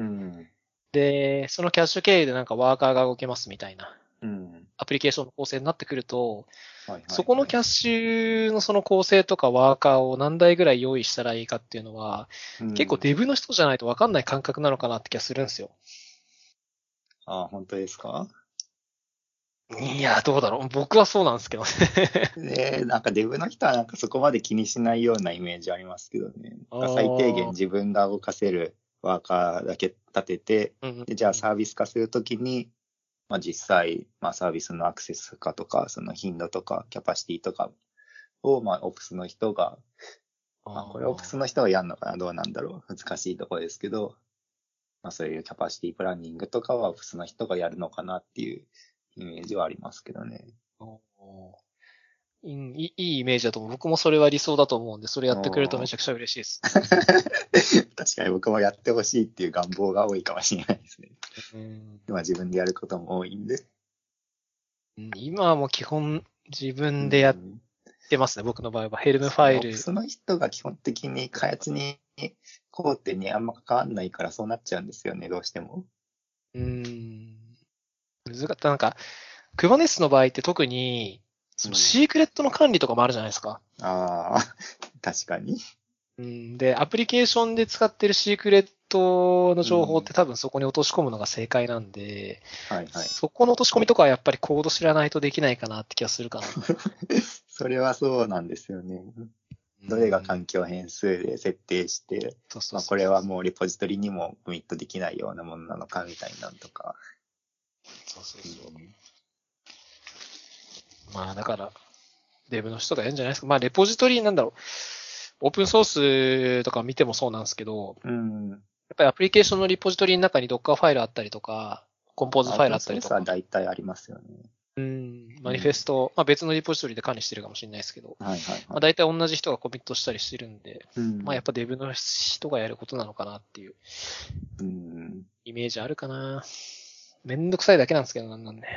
で、そのキャッシュ経由でなんかワーカーが動けますみたいな、 うん。 アプリケーションの構成になってくると、 はいはい、はい。 そこのキャッシュのその構成とかワーカーを何台ぐらい用意したらいいかっていうのは、 うん、 結構デブの人じゃないと分かんない感覚なのかなって気がするんですよ。 ああ、本当ですか？ いや、どうだろう。僕はそうなんですけどねで、なんかデブの人はなんかそこまで気にしないようなイメージありますけどね。 あ最低限ー自分が動かせるワーカーだけ立てて、 うんうんでじゃあサービス化するときに、まあ、実際、まあ、サービスのアクセス化とか、その頻度とか、キャパシティとかを、まあ、オプスの人が、まあ、これオプスの人がやるのかな、どうなんだろう。難しいところですけど、まあ、そういうキャパシティプランニングとかはオプスの人がやるのかなっていうイメージはありますけどね。 おーいいいいイメージだと思う。僕もそれは理想だと思うんで、それやってくれるとめちゃくちゃ嬉しいです。 確かに僕もやってほしいっていう願望が多いかもしれないですね。 うん今自分でやることも多いんで。 うん今はもう基本自分でやってますね。僕の場合はヘルムファイル。 その人が基本的に開発に工程にあんま関わんないからそうなっちゃうんですよね、どうしても。 うーん。難かった。なんか、Kubernetes の場合って特に、そのシークレットの管理とかもあるじゃないですか。 ああ、確かに。 うん、で、アプリケーションで使ってるシークレットの情報って多分そこに落とし込むのが正解なんで、 はいはい。 そこの落とし込みとかはやっぱりコード知らないとできないかなって気がするかな。 それはそうなんですよね。どれが環境変数で設定して、まあこれはもうリポジトリにもコミットできないようなものなのかみたいなのとか。 そうそうそう。まあだから、デブの人がやるんじゃないですか。まあレポジトリなんだろう。オープンソースとか見てもそうなんですけど、 うん。 やっぱりアプリケーションのリポジトリの中に Docker ファイルあったりとか、コンポーズファイルあったりとか。 オープンソースは大体ありますよね。 うん、マニフェスト、まあ別のリポジトリで管理してるかもしれないですけど、 はいはいはい。 まあ大体同じ人がコミットしたりしてるんで、 うん、 まあやっぱデブの人がやることなのかなっていううん、 イメージあるかな。めんどくさいだけなんですけど、なんなんで。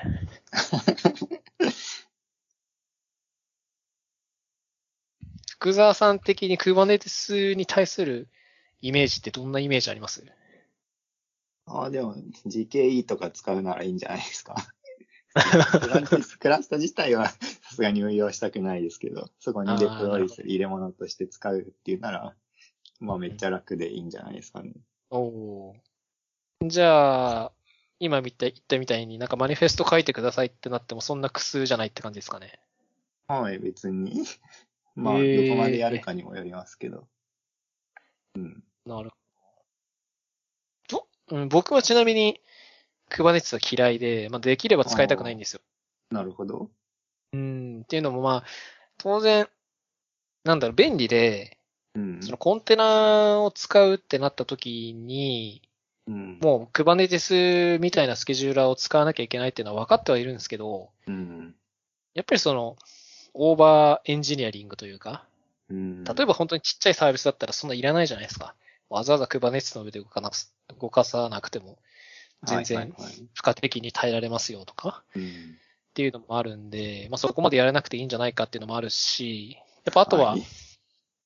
福沢さん的に Kubernetes に対するイメージってどんなイメージあります？ ああ、でも ジーケーイー とか使うならいいんじゃないですか。Kubernetes クラスト自体はさすがに運用したくないですけど、そこにデプロイする入れ物として使うっていうなら、まあめっちゃ楽でいいんじゃないですかね。 おー。じゃあ、今見た言ったみたいになんかマニフェスト書いてくださいってなってもそんな苦痛じゃないって感じですかね。 はい、別に。まあ、どこまでやるかにもよりますけど。うん。 なるほど。うん、僕はちなみに Kubernetes は嫌いで、まあ、できれば使いたくないんですよ。 なるほど。 うん、っていうのもまあ、当然、なんだろう、便利で、 うん。 そのコンテナを使うってなった時に、 うん。 もう Kubernetes みたいなスケジューラーを使わなきゃいけないっていうのは分かってはいるんですけど、 うん。 やっぱりその、オーバーエンジニアリングというか、 うん。 例えば本当にちっちゃいサービスだったらそんないらないじゃないですか。わざわざ Kubernetes の上で動かなく、動かさなくても、全然付加的に耐えられますよとか、っていうのもあるんで、まあそこまでやらなくていいんじゃないかっていうのもあるし、やっぱあとは、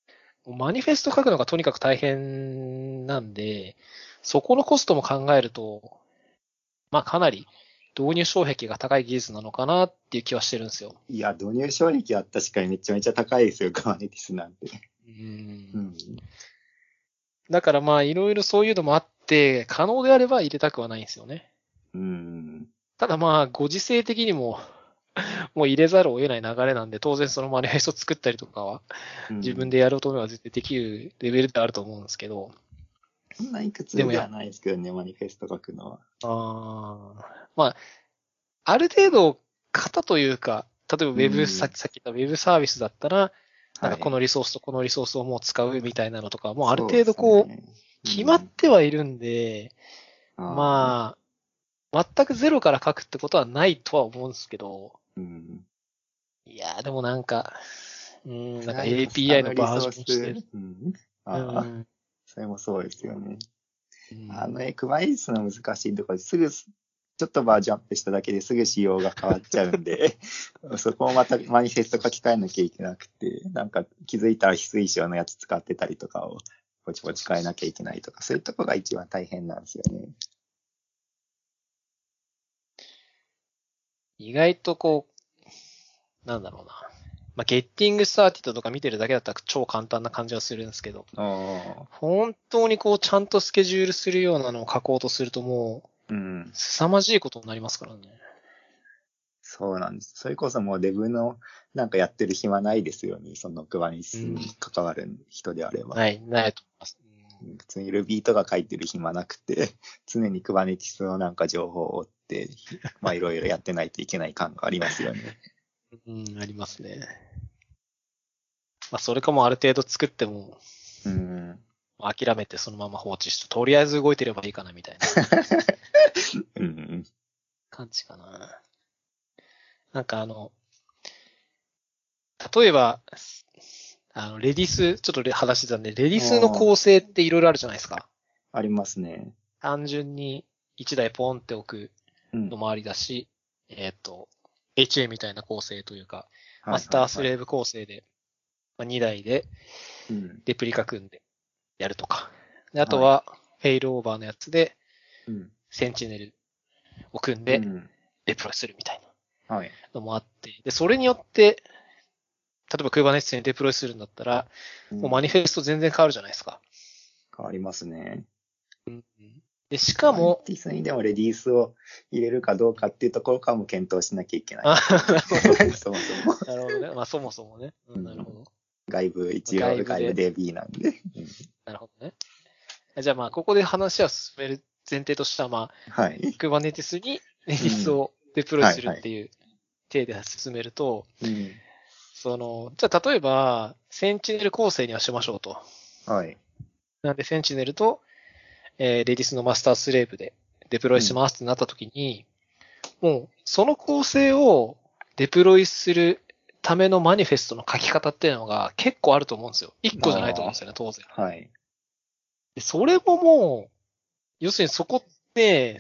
マニフェスト書くのがとにかく大変なんで、そこのコストも考えると、まあかなり導入障壁が高い技術なのかなっていう気はしてるんですよ。 いや、導入障壁は確かにめちゃめちゃ高いですよ、クバネティスなんて。 ううんん。 だからまあいろいろそういうのもあって、可能であれば入れたくはないんですよね。 うん。 ただまあご時世的にももう入れざるを得ない流れなんで、当然そのマニフェスト作ったりとかは自分でやろうと思えば絶対できるレベルであると思うんですけど。 そんないくつでもやではないですけどね、マニフェスト書くのは。 ああ、まあ、ある程度型というか、例えばウェブ、 うんさっきさっき言ったウェブサービスだったら、なんはい。 かこのリソースとこのリソースをもう使うみたいなのとか、もうあるそうです程度こう、 ね。 決まってはいるんで、 うん、あまあ、全くゼロから書くってことはないとは思うんですけど、 ーうん。 いやーでもなんか、うーん、なんかプライカスタエーピーアイ のムリバージソース、 ョンしてる。 うん。 うああ、 ん。 それもそうですよね。あうんの、エクバイスの難しいところですぐ、ちょっとバージョンアップしただけですぐ仕様が変わっちゃうんで、そこをまたマニフェスト書き換えなきゃいけなくて、なんか気づいたら非推奨のやつ使ってたりとかをポチポチ変えなきゃいけないとか、そういうとこが一番大変なんですよね。 意外とこう、なんだろうな。まあ、ゲッティングスターティッドとか見てるだけだったら超簡単な感じはするんですけど、 ああ、 本当にこうちゃんとスケジュールするようなのを書こうとするともう、 うん。 凄まじいことになりますからね。 そうなんです。それこそもうデブのなんかやってる暇ないですよね。そのクバニスに関わる人であれば。 ない、ないと思います。 普通に Ruby とか書いてる暇なくて、常に Kubernetes のなんか情報を追って、まあいろいろやってないといけない感がありますよね。 うん、ありますね。まあ、それかもある程度作っても、 うん。 諦めてそのまま放置して、とりあえず動いてればいいかなみたいなうん。 感じかな。なんかあの、例えば、あの、レディス、ちょっと話してたんで、レディスの構成っていろいろあるじゃないですか。 ありますね。 単純にいちだいポンって置くうんの。もありだし、えっ、と、エイチエー みたいな構成というか、 はいマスタースはいはい。 レーブ構成で、まあ、にだいでうん。 レプリカ組んでやるとか。であとはいは、フェイルオーバーのやつで、 うん。 センチネルを組んで、 うん。 デプロイするみたいはい。 なのもあって、で、それによって、例えば Kubernetes にデプロイするんだったら、 うんもうマニフェスト全然変わるじゃないですか。 変わりますね。 で、しかも、 Kubernetes にでもレディースを入れるかどうかっていうところからも検討しなきゃいけない。 あ、なるほど。 そもそも。 なるほどね。まあそもそもね。うん、なるほど。 外部、一応外部で外部 ディービー なんで。うんなるほどね。じゃあまあ、ここで話は進める前提としては、まあ、 はい。 Kubernetes にレディスをデプロイするっていう体で進めると、 うん。 その、じゃあ例えば、センチネル構成にはしましょうと。 はい。 なんで、センチネルと、えー、レディスのマスタースレーブでデプロイしますってなった時に、もう、その構成をデプロイするためのマニフェストの書き方っていうのが結構あると思うんですよ。一個じゃないと思うんですよね、当然。 はい。 でそれももう、要するにそこって、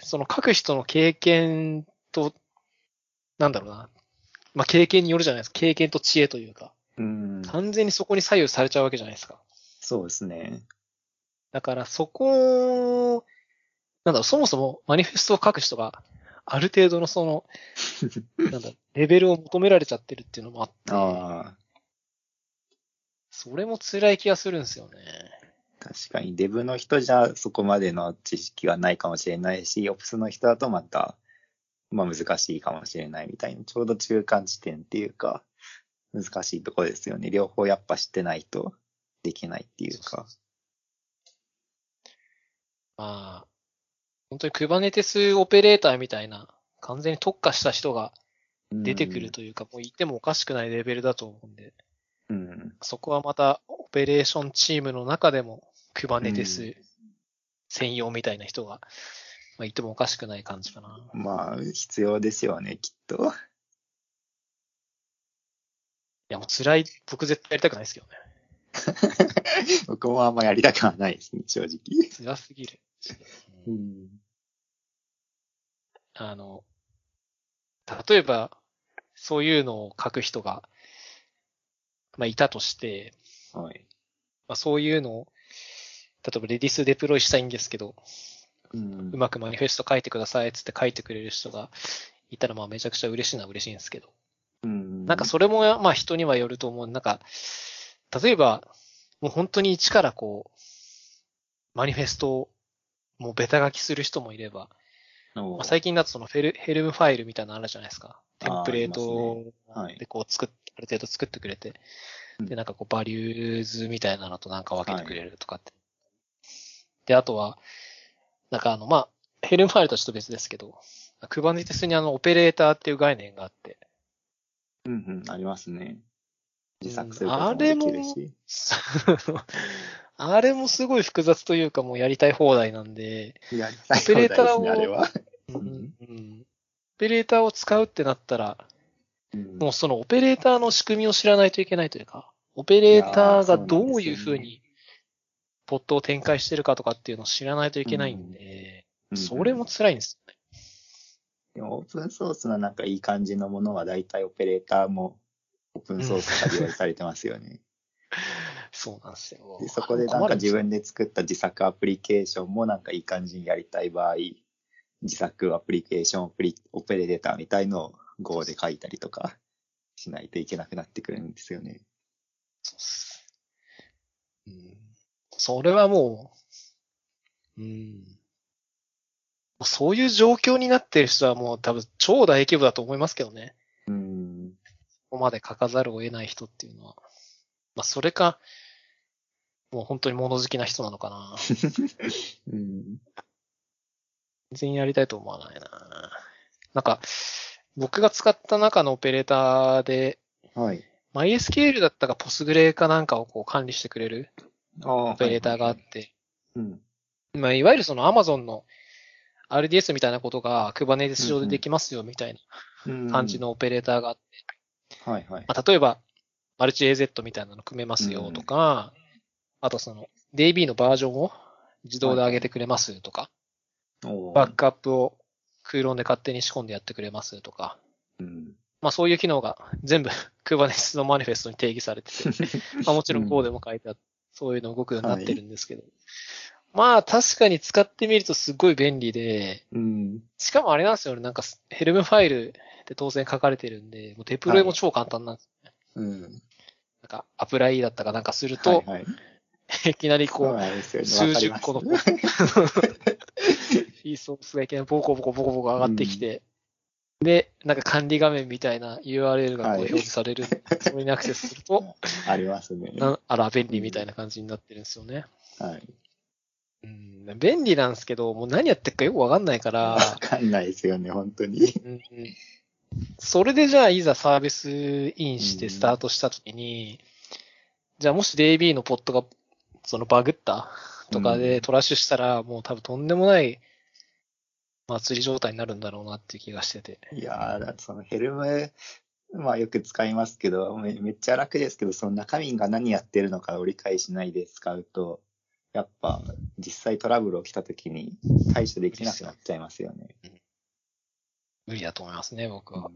その書く人の経験と、なんだろうな。まあ、経験によるじゃないですか。経験と知恵というか。 うん。 完全にそこに左右されちゃうわけじゃないですか。 そうですね。 だからそこ、なんだろう、そもそもマニフェストを書く人がある程度のその、なんだろう、レベルを求められちゃってるっていうのもあって、 ああ、 それも辛い気がするんですよね。 確かにデブの人じゃそこまでの知識がないかもしれないし、オプスの人だとまた、まあ難しいかもしれないみたいな、ちょうど中間地点っていうか、難しいところですよね。両方やっぱ知ってないとできないっていうか。 まあ、本当に Kubernetes オペレーターみたいな、完全に特化した人が出てくるというか、もういてもおかしくないレベルだと思うんで、 うん。 そこはまたオペレーションチームの中でも Kubernetes 専用みたいな人が、まあ、いてもおかしくない感じかな。 まあ、必要ですよね、きっと。 いや、もう辛い、僕絶対やりたくないですけどね。 僕もあんまやりたくはないですね、正直。 辛すぎる。 うん。 あの、例えば、そういうのを書く人が、まあ、いたとして、 はい。 まあ、そういうのを、例えばレディスデプロイしたいんですけど、 うん。 うまくマニフェスト書いてくださいっつって書いてくれる人がいたら、まあめちゃくちゃ嬉しいのは嬉しいんですけど。 うん。 なんかそれも、まあ人にはよると思う。なんか、例えば、もう本当に一からこう、マニフェストをもうベタ書きする人もいれば、まあ、最近だとそのフェルヘルムファイルみたいなのあるじゃないですか。テンプレートでこう作っ、ある程度作ってくれて、で、なんかこうバリューズみたいなのとなんか分けてくれるとかって。で、あとは、なんかあの、まあ、ヘルムファイルとはちょっと別ですけど、クバネティスにあの、オペレーターっていう概念があって。 うんうん、ありますね。自作すうん、 ることもできるし。 あれもすごい複雑というかもうやりたい放題なんで、 やりたいオペレーターですね、あれを、 は。 うんうん、オペレーターを使うってなったら、 うん、 もうそのオペレーターの仕組みを知らないといけないというか、オペレーターがどういうふうにポットを展開してるかとかっていうのを知らないといけないんで、うん、それも辛いんですよね。 でもオープンソースのなんかいい感じのものは大体オペレーターもオープンソースから用意されてますよね。 そうなんですよ。 でそこでなんか自分で作った自作アプリケーションもなんかいい感じにやりたい場合、自作アプリケーションオペレーターみたいのを Go で書いたりとかしないといけなくなってくるんですよね。 そうっす。うん、それはもう、うん、そういう状況になってる人はもう多分超大規模だと思いますけどね。 うん。 ここまで書かざるを得ない人っていうのは。まあそれか、もう本当に物好きな人なのかな。 うん、 全然やりたいと思わないな。なんか、僕が使った中のオペレーターで、 はい。 MySQL だったか Postgre かなんかをこう管理してくれるオペレーターがあって、まあ、いわゆるその Amazon の アールディーエス みたいなことが Kubernetes 上でできますよみたいな感じのオペレーターがあって、 はいはい。 まあ、例えば、マルチ エーゼット みたいなの組めますよとか、あとその ディービー のバージョンを自動で上げてくれますとか、バックアップを空論で勝手に仕込んでやってくれますとか、うん、まあそういう機能が全部 Kubernetes のマニフェストに定義されてて、まあもちろん Go でも書いてあって、そういうの動くようになってるんですけど、はい、まあ確かに使ってみるとすごい便利で、うん、しかもあれなんですよね、なんかヘルムファイルで当然書かれてるんで、もうデプロイも超簡単なんですよね。はい、うん、なんかアプライだったかなんかすると、はいはい、いきなりこう、う数十個のこう、リソースがいきなりボコボコボコボコ上がってきて、うん、で、なんか管理画面みたいな ユーアールエル がこう表示される、はい、それにアクセスすると、 ありますね。 あら、便利みたいな感じになってるんですよね。 うん、はい。 うん、便利なんですけど、もう何やってるかよくわかんないから。 わかんないですよね、本当に。 うん、それでじゃあいざサービスインしてスタートしたときに、うん、じゃあもし ディービー のポットがそのバグったとかでトラッシュしたら、もう多分とんでもない祭り状態になるんだろうなっていう気がしてて。 いやー、だってそのヘルム、まあよく使いますけどめ、めっちゃ楽ですけど、その中身が何やってるのかを理解しないで使うと、やっぱ実際トラブル起きた時に対処できなくなっちゃいますよね。 うん、無理だと思いますね、僕は。うん、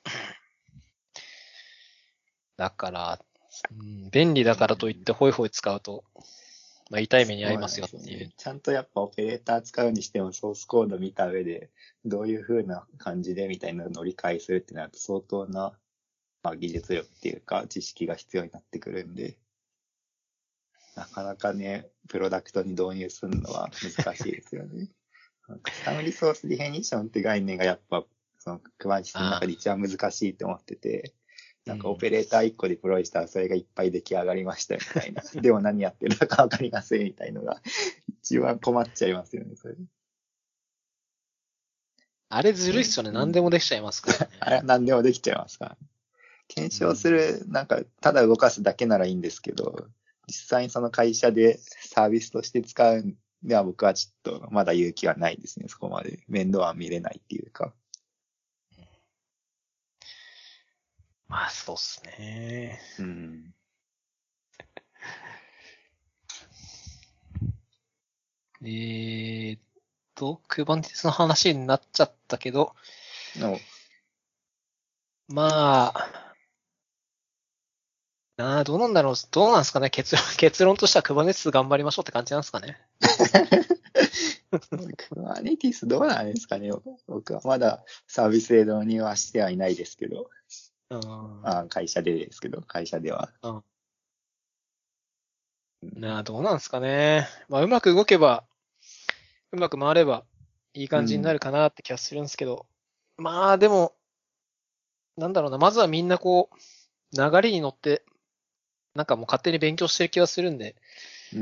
だから、うん、便利だからといってホイホイ使うと、まあ、痛い目に遭いますよっていう。 ね、ちゃんとやっぱオペレーター使うにしてもソースコード見た上で、どういう風な感じでみたいなのを理解するってなると相当な、まあ、技術力っていうか知識が必要になってくるんで、なかなかね、プロダクトに導入するのは難しいですよね。カスタムリソースディフィニッションって概念がやっぱ、その Kubernetes の中で一番難しいと思ってて、なんかオペレーターいっこデプロイしたらそれがいっぱい出来上がりましたみたいな。でも何やってるのかわかりませんみたいのが一番困っちゃいますよね、それ。 あれずるいっすよね。うん、何でもできちゃいますから、ね。 あれ何でもできちゃいますから、ね。検証する、なんかただ動かすだけならいいんですけど、実際にその会社でサービスとして使うには僕はちょっとまだ勇気はないですね、そこまで。面倒は見れないっていうか。 まあ、そうっすね。 うん。 えーっと、Kubernetes の話になっちゃったけど、まあ、 ああ、どうなんだろう。どうなんですかね。結論、結論としては Kubernetes 頑張りましょうって感じなんですかね。 Kubernetes どうなんですかね。僕はまだサービスで導入はしてはいないですけど。 うん。 あ会社でですけど、会社では。 うん。なあ、どうなんですかね。まあ、うまく動けば、うまく回れば、いい感じになるかなって気がするんですけど。うん、まあ、でも、なんだろうな。まずはみんなこう、流れに乗って、なんかもう勝手に勉強してる気がするんで、 うん。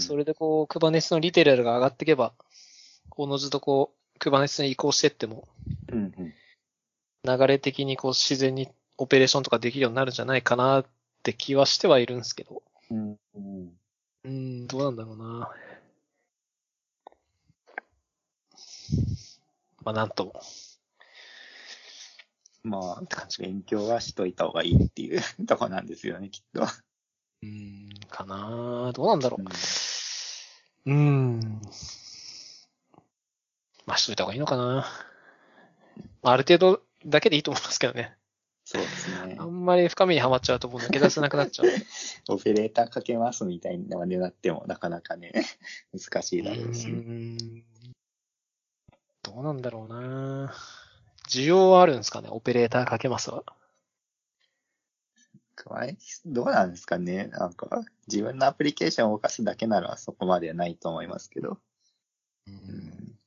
それでこう、Kubernetes のリテラルが上がっていけば、このずっとこう、Kubernetes に移行してっても、 うんうん、 流れ的にこう、自然にオペレーションとかできるようになるんじゃないかなって気はしてはいるんですけど。 うんうん、 うーん、どうなんだろうな。まあ、なんとも。 まあ、勉強はしといた方がいいっていうとこなんですよね、きっと。 うーん、かな。どうなんだろう。うーん。まあ、しといた方がいいのかな。ある程度だけでいいと思いますけどね。 そうですね。 あんまり深みにはまっちゃうともう抜け出せなくなっちゃう。 オペレーターかけますみたいなまでなってもなかなかね、難しいだろうし。 うーん。どうなんだろうな。需要はあるんですかね、オペレーターかけますは。 どうなんですかね。なんか、自分のアプリケーションを動かすだけならそこまではないと思いますけど。 うんうん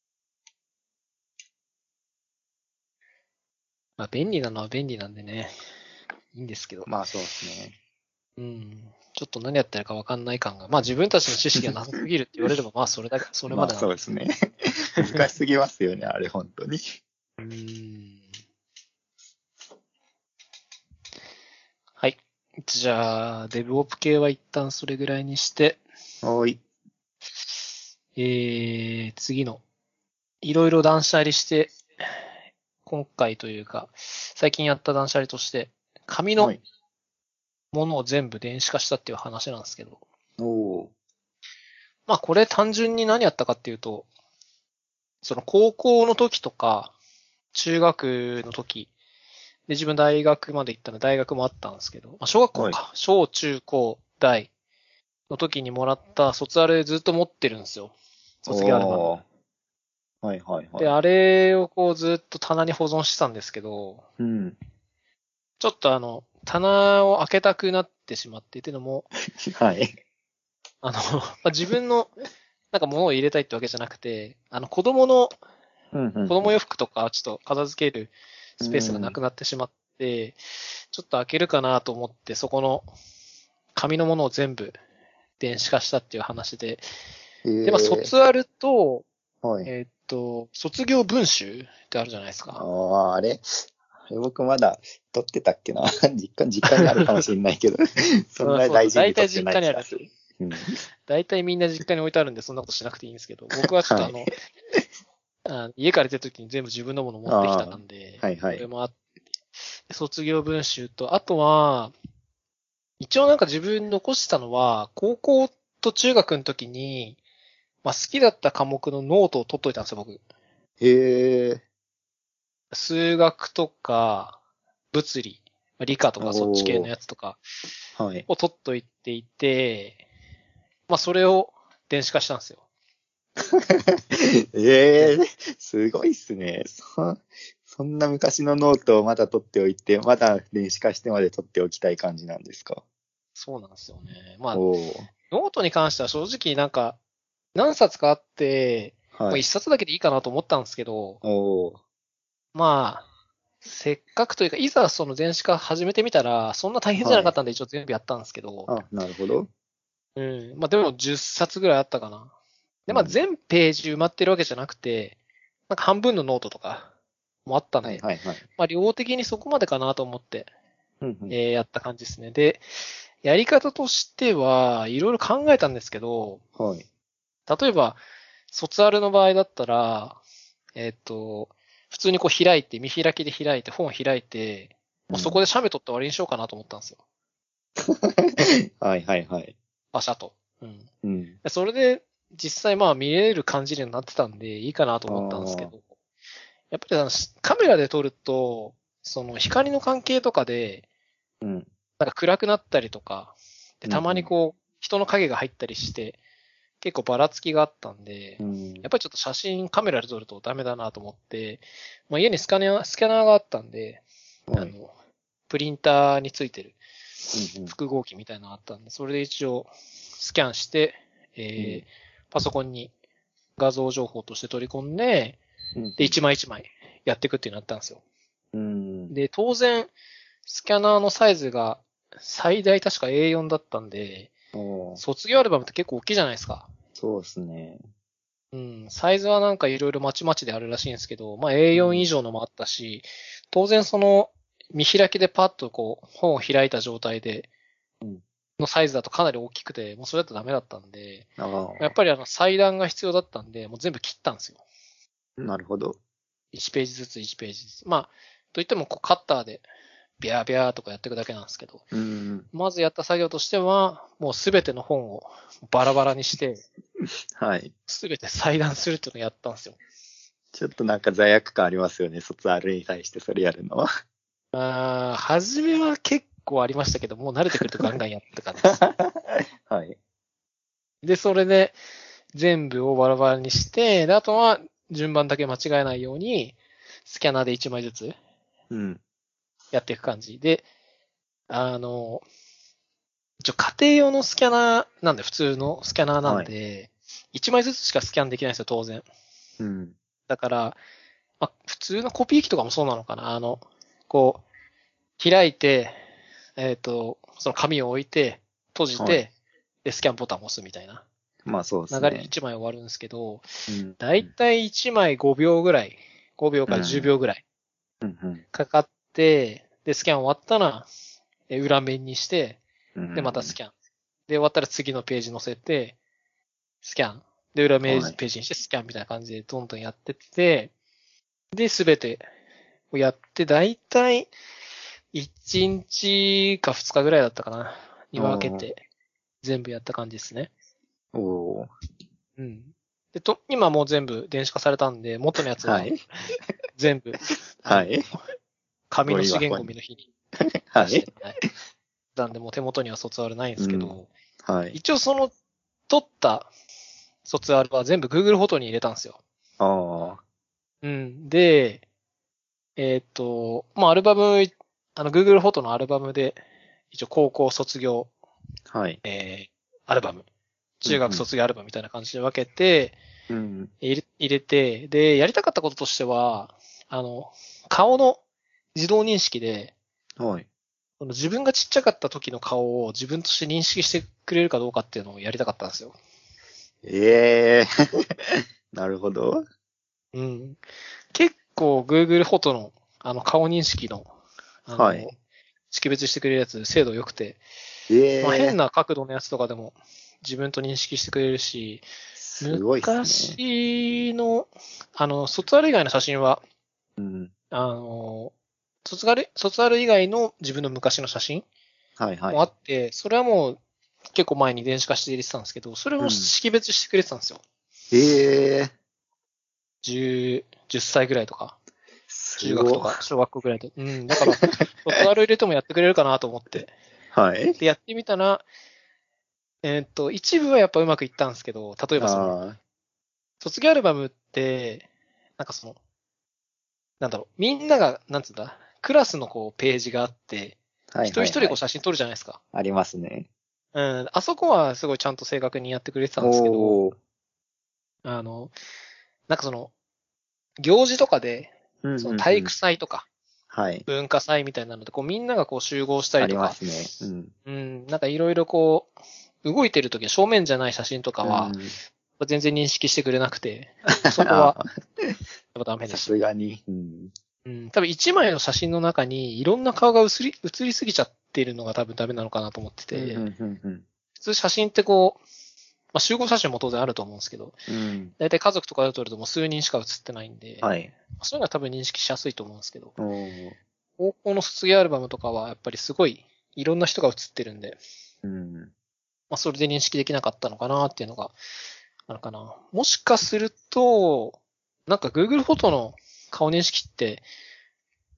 まあ、便利なのは便利なんでね。いいんですけど。 まあそうですね。 うん。ちょっと何やってるか分かんない感が。まあ自分たちの知識がなさすぎるって言われれば、まあそれだけ、それまでなんで。 まあそうですね。難しすぎますよね、あれ本当に。 うーん。はい。じゃあ、デブオプ系は一旦それぐらいにして、 おい。 えー、次の、いろいろ断捨離して、今回というか、最近やった断捨離として、紙のはい。 ものを全部電子化したっていう話なんですけど、 おー。 まあこれ単純に何やったかっていうと、その高校の時とか、中学の時、で自分大学まで行ったの大学もあったんですけど、まあ、小学校はい。 か、小中高大の時にもらった卒アルずっと持ってるんですよ。卒業アルバム。 おー。はいはいはで、 い。 あれをこうずっと棚に保存してたんですけど、 うん。 ちょっとあの、棚を開けたくなってしまってっていうのも、 はい。 あの、まあ、自分のなんか物を入れたいってわけじゃなくて、あの子供の、 うんうんうん。 子供洋服とかちょっと片付けるスペースがなうんくなってしまって、ちょっと開けるかなと思って、そこの紙のものを全部電子化したっていう話で、で、まあ、 えー、 卒アルと、 はい。 えーっと、卒業文集ってあるじゃないですあか。 あ、あれあれ僕まだ撮ってたっけな実家、実家にあるかもしれないけど、そんなそうそう、 大事に大体撮ってない実家にある。 気がする。うん。 大体みんな実家に置いてあるんで、そんなことしなくていいんですけど、僕はちょっとはい。 あの、あ家から出た時に全部自分のもの持ってきたああ、 んで、 はいはい。 これもあって、卒業文集と、あとは、一応なんか自分残したのは、高校と中学の時に、まあ好きだった科目のノートを取っといたんですよ、僕。 へえ、 数学とか、物理、まあ理科とかそっち系のおー、 やつとかはい。 を取っといていて、まあそれを電子化したんですよ。で、 ええ、すごいっすね。そ、そんな昔のノートをまだ取っておいて、まだ電子化してまで取っておきたい感じなんですか？ そうなんですよね。まあ、 おー、 ノートに関しては正直なんか、何冊かあって、もはい。 う一冊だけでいいかなと思ったんですけど、 おー、 まあ、せっかくというか、いざその電子化始めてみたら、そんな大変じゃなはい。 かったんで一応全部やったんですけど、 あ、なるほど。 うん。まあでもじゅっさつぐらいあったかな。で、まあうん。 全ページ埋まってるわけじゃなくて、なんか半分のノートとかもあったんで、 はいはいはい。 まあ量的にそこまでかなと思って、 うんうん。 えーやった感じですね。で、やり方としては、いろいろ考えたんですけど、 はい。 例えば、卒アルの場合だったら、えっと、普通にこう開いて、見開きで開いて、本を開いて、もうそこで写メ撮って終わりにしようかなと思ったんですよ。 はいはいはい。 パシャと。うん。 うん。 でそれで、実際まあ見れる感じになってたんで、いいかなとあ思ったんですけあ、 ど、やっぱりあのカメラで撮ると、その光の関係とかで、 うん。 なんか暗くなったりとか、で、たまにこう、人の影が入ったりして、結構ばらつきがあったんで、 うん。 やっぱりちょっと写真カメラで撮るとダメだなと思って、まあ、家にスキャナー、スキャナーがあったんで、 はい。 あの、プリンターについてるうん複合機みたいなのがあったんで、それで一応スキャンして、えー、パソコンに画像情報として取り込んで、 うん。 で、一枚一枚やっていくっていうのやったんですよ。 うん。 で、当然、スキャナーのサイズが最大確か エーよん だったんで、 おー、 卒業アルバムって結構大きいじゃないですか。 そうですね。 うん、サイズはなんかいろいろまちまちであるらしいんですけど、まあ エーよん 以上のもあったし、当然その見開きでパッとこう本を開いた状態でうんのサイズだとかなり大きくて、もうそれだとダメだったんで、 あやっぱりあの裁断が必要だったんで、もう全部切ったんですよ。 あ、なるほど。 いちページずついちページずつ。まあ、といってもこうカッターでビャービャーとかやっていくだけなんですけど、 うん。 まずやった作業としては、もうすべての本をバラバラにして、 はい。 すべて裁断するっていうのをやったんですよ。 ちょっとなんか罪悪感ありますよね。卒アルに対してそれやるのは。 あー、初めは結構ありましたけど、もう慣れてくるとガンガンやった感じです。 はい。 で、それで全部をバラバラにして、で、あとは順番だけ間違えないように、スキャナーでいちまいずつうん。 やっていく感じ。で、あの、一応家庭用のスキャナーなんで、普通のスキャナーなんで、いちまいずつしかスキャンできないんですよ、当然。 うん。 だから、まあ、普通のコピー機とかもそうなのかな。あの、こう、開いて、えっ、と、その紙を置いて、閉じて、 はい。 で、スキャンボタンを押すみたいなまあそうです流れでね。 いちまい終わるんですけど、 うん。 だいたいいちまいごびょうぐらい、ごびょうからじゅうびょうぐらいうん。うん。 かかって、で、スキャン終わったら、え裏面にして、 うん。 で、またスキャン。で、終わったら次のページ載せて、スキャン。で、裏メージはい。 ページにしてスキャンみたいな感じでどんどんやってって、で、すべてをやって、だいたいいちにちかふつかぐらいだったかな。に分けて、全部やった感じですね。 おー。 うん。で、と、今もう全部電子化されたんで、元のやつははい。 全部、あの、 はい。 紙の資源ゴミ箱に。 ゴミの日にはい。 出して、はい。なんでもう手元には卒アルないんですけど、 うん。はい。 一応その、取った卒アルは全部 Google フォトに入れたんですよ。 ああ。 うん。で、えっ、と、まあ、アルバム、あの、Google フォトのアルバムで、一応高校卒業、 はい。 えー、アルバム、中学うん。 卒業アルバムみたいな感じで分けて、 うん。 入れ入れて、で、やりたかったこととしては、あの、顔の自動認識で、 はい。 その自分がちっちゃかった時の顔を自分として認識してくれるかどうかっていうのをやりたかったんですよ。 ええなるほど。 うん。結構 Google フォトの、あの、顔認識の、あの、 はい。 識別してくれるやつ、精度良くて、まあ、変ええな角度のやつとかでも自分と認識してくれるし、 すごいっすね。 昔の、あの、卒アル以外の写真は、 うん。 あの、卒アル、卒アル以外の自分の昔の写真はいはい。 もあって、それはもう結構前に電子化して入れてたんですけど、それもうん。 識別してくれてたんですよ。 ええじゅう、じゅっさいぐらいとか、中学とすご。 か小学校ぐらいで。うん、だから、卒アル入れてもやってくれるかなと思って。 はい。 で、やってみたら、えーっと、一部はやっぱうまくいったんですけど、例えばその、 あ卒業アルバムって、なんかその、なんだろう、みんなが、なんつうんだ、クラスのこうページがあって、 あ。はい一人一人こうはいはい。 写真撮るじゃないですか。 ありますね。 うん、あそこはすごいちゃんと正確にやってくれてたんですけど、 おー。 あの、なんかその、行事とかで、 うんそのうんうん。 体育祭とか、 はい。 文化祭みたいなので、こうみんながこう集合したありとか、 りますね。うん。 うん、なんかいろいろこう、動いてる時正面じゃない写真とかは、 うん。 全然認識してくれなくて、そこはあやっぱダメーさでしたね。 すがに。うん。 うん、多分一枚の写真の中にいろんな顔が映り、映りすぎちゃってるのが多分ダメなのかなと思ってて、 うんうんうんうん普通写真ってこう、まあ、集合写真も当然あると思うんですけど、 うん。 だいたい家族とかで撮るともう数人しか写ってないんで、 はい。 そういうのは多分認識しやすいと思うんですけど、 おー。 高校の卒業アルバムとかはやっぱりすごいいろんな人が写ってるんで、 うん。 まあ、それで認識できなかったのかなっていうのがあるかな。もしかすると、なんか Google フォトの顔認識って、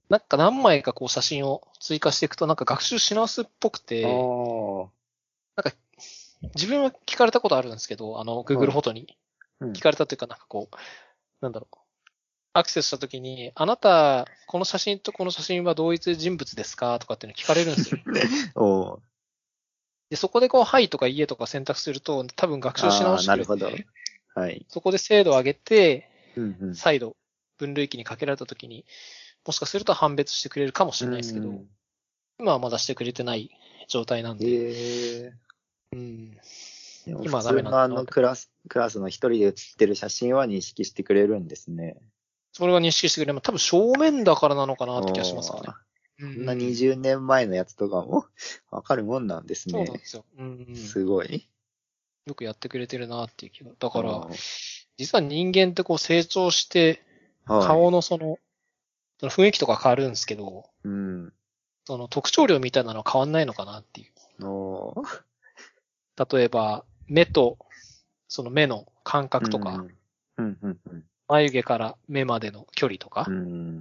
なんか何枚かこう写真を追加していくとなんか学習し直すっぽくて、なんか自分は聞かれたことあるんですけど、あの Google フォトに聞かれたというかなんかこう、なんだろう。アクセスしたときに、あなた、この写真とこの写真は同一人物ですかとかっていうの聞かれるんですよ。 おで、そこでこう、はいとかいいえとか選択すると、多分学習し直してくれて、 なるほど。はい。 そこで精度を上げて、 うんうん、 再度、分類器にかけられたときに、もしかすると判別してくれるかもしれないですけど、今はまだしてくれてない状態なんで。 へうん、 でも今はダメなんだ普通のあのクラス、クラスの一人で写ってる写真は認識してくれるんですね。 それは認識してくれる。多分正面だからなのかなって気がしますかね。 こんなにじゅうねんまえのやつとかもわかるもんなんですね。 そうなんですよ。うんうん、 すごい。 よくやってくれてるなっていう気が。だから、実は人間ってこう成長して、顔のその、はい、その雰囲気とか変わるんですけど、 うん、 その特徴量みたいなのは変わんないのかなっていう。 お例えば、目と、その目の感覚とか、 うんうんうん、 眉毛から目までの距離とか、 うん、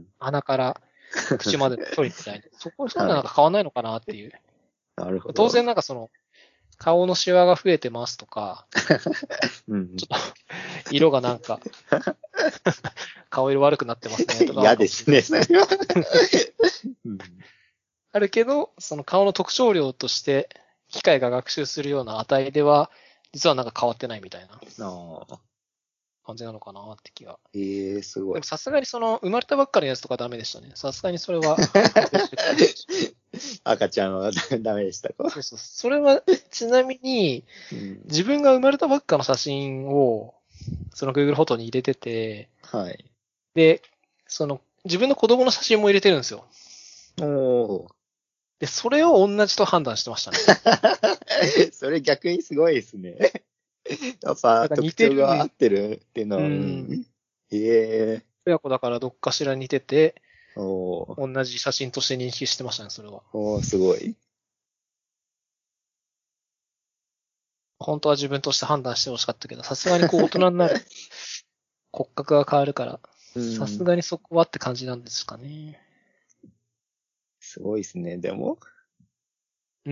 鼻から口までの距離みたいな、そこ、そういうのなんか変わんないのかなっていう。 なるほど。 当然なんかその、顔のシワが増えてますとか、 うん、 ちょっと、色がなんか、顔色悪くなってますねとか。 嫌ですね、それは。 あるけど、その顔の特徴量として、機械が学習するような値では、実はなんか変わってないみたいな感じなのかなって気が。 ええー、すごい。 でもさすがにその、生まれたばっかりのやつとかダメでしたね。さすがにそれは。 赤ちゃんはダメでしたか？ そうそう。それは、ちなみに、うん、自分が生まれたばっかの写真を、その Google フォトに入れてて、 はい。 で、その、自分の子供の写真も入れてるんですよ。 おー。 で、それを同じと判断してましたね。 それ逆にすごいですね。やっぱ特徴が合ってるっていうのは、うん。ええー。 親子だからどっかしら似てて、 お同じ写真として認識してましたね、それは。 おー、すごい。 本当は自分として判断してほしかったけど、さすがにこう大人になる骨格が変わるから、さすがにそこはって感じなんですかね。 すごいですね、でも。 うん。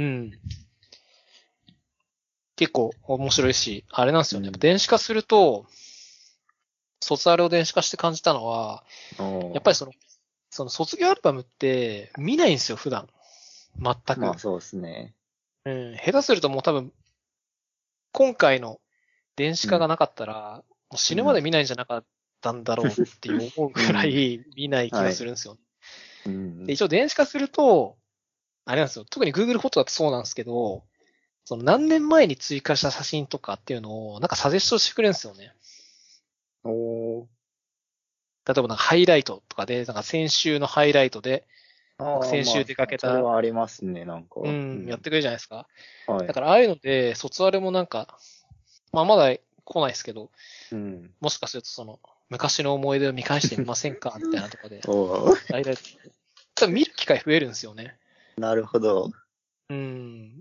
結構面白いし、あれなんですよね。うん、電子化すると、卒アルを電子化して感じたのは、やっぱりその、その卒業アルバムって見ないんですよ、普段。全く。 まあそうですね。 うん。下手するともう多分、今回の電子化がなかったら、うん、もう死ぬまで見ないんじゃなかったんだろうって思うくらい見ない気がするんですよ。 うん、 で一応電子化すると、あれなんですよ。特に Google フォトだとそうなんですけど、その何年前に追加した写真とかっていうのを、なんかサジェストしてくれるんですよね。 おー。 例えばなんかハイライトとかで、なんか先週のハイライトで、先週出かけた、 まあ。それはありますね、なんか。 うん、やってくれるじゃないですか。 はい。 だからああいうので、卒アルもなんか、まあまだ来ないですけど、 うん、 もしかするとその、昔の思い出を見返してみませんかみたいなとこで。 おハイライト。多分見る機会増えるんですよね。 なるほど。 うん。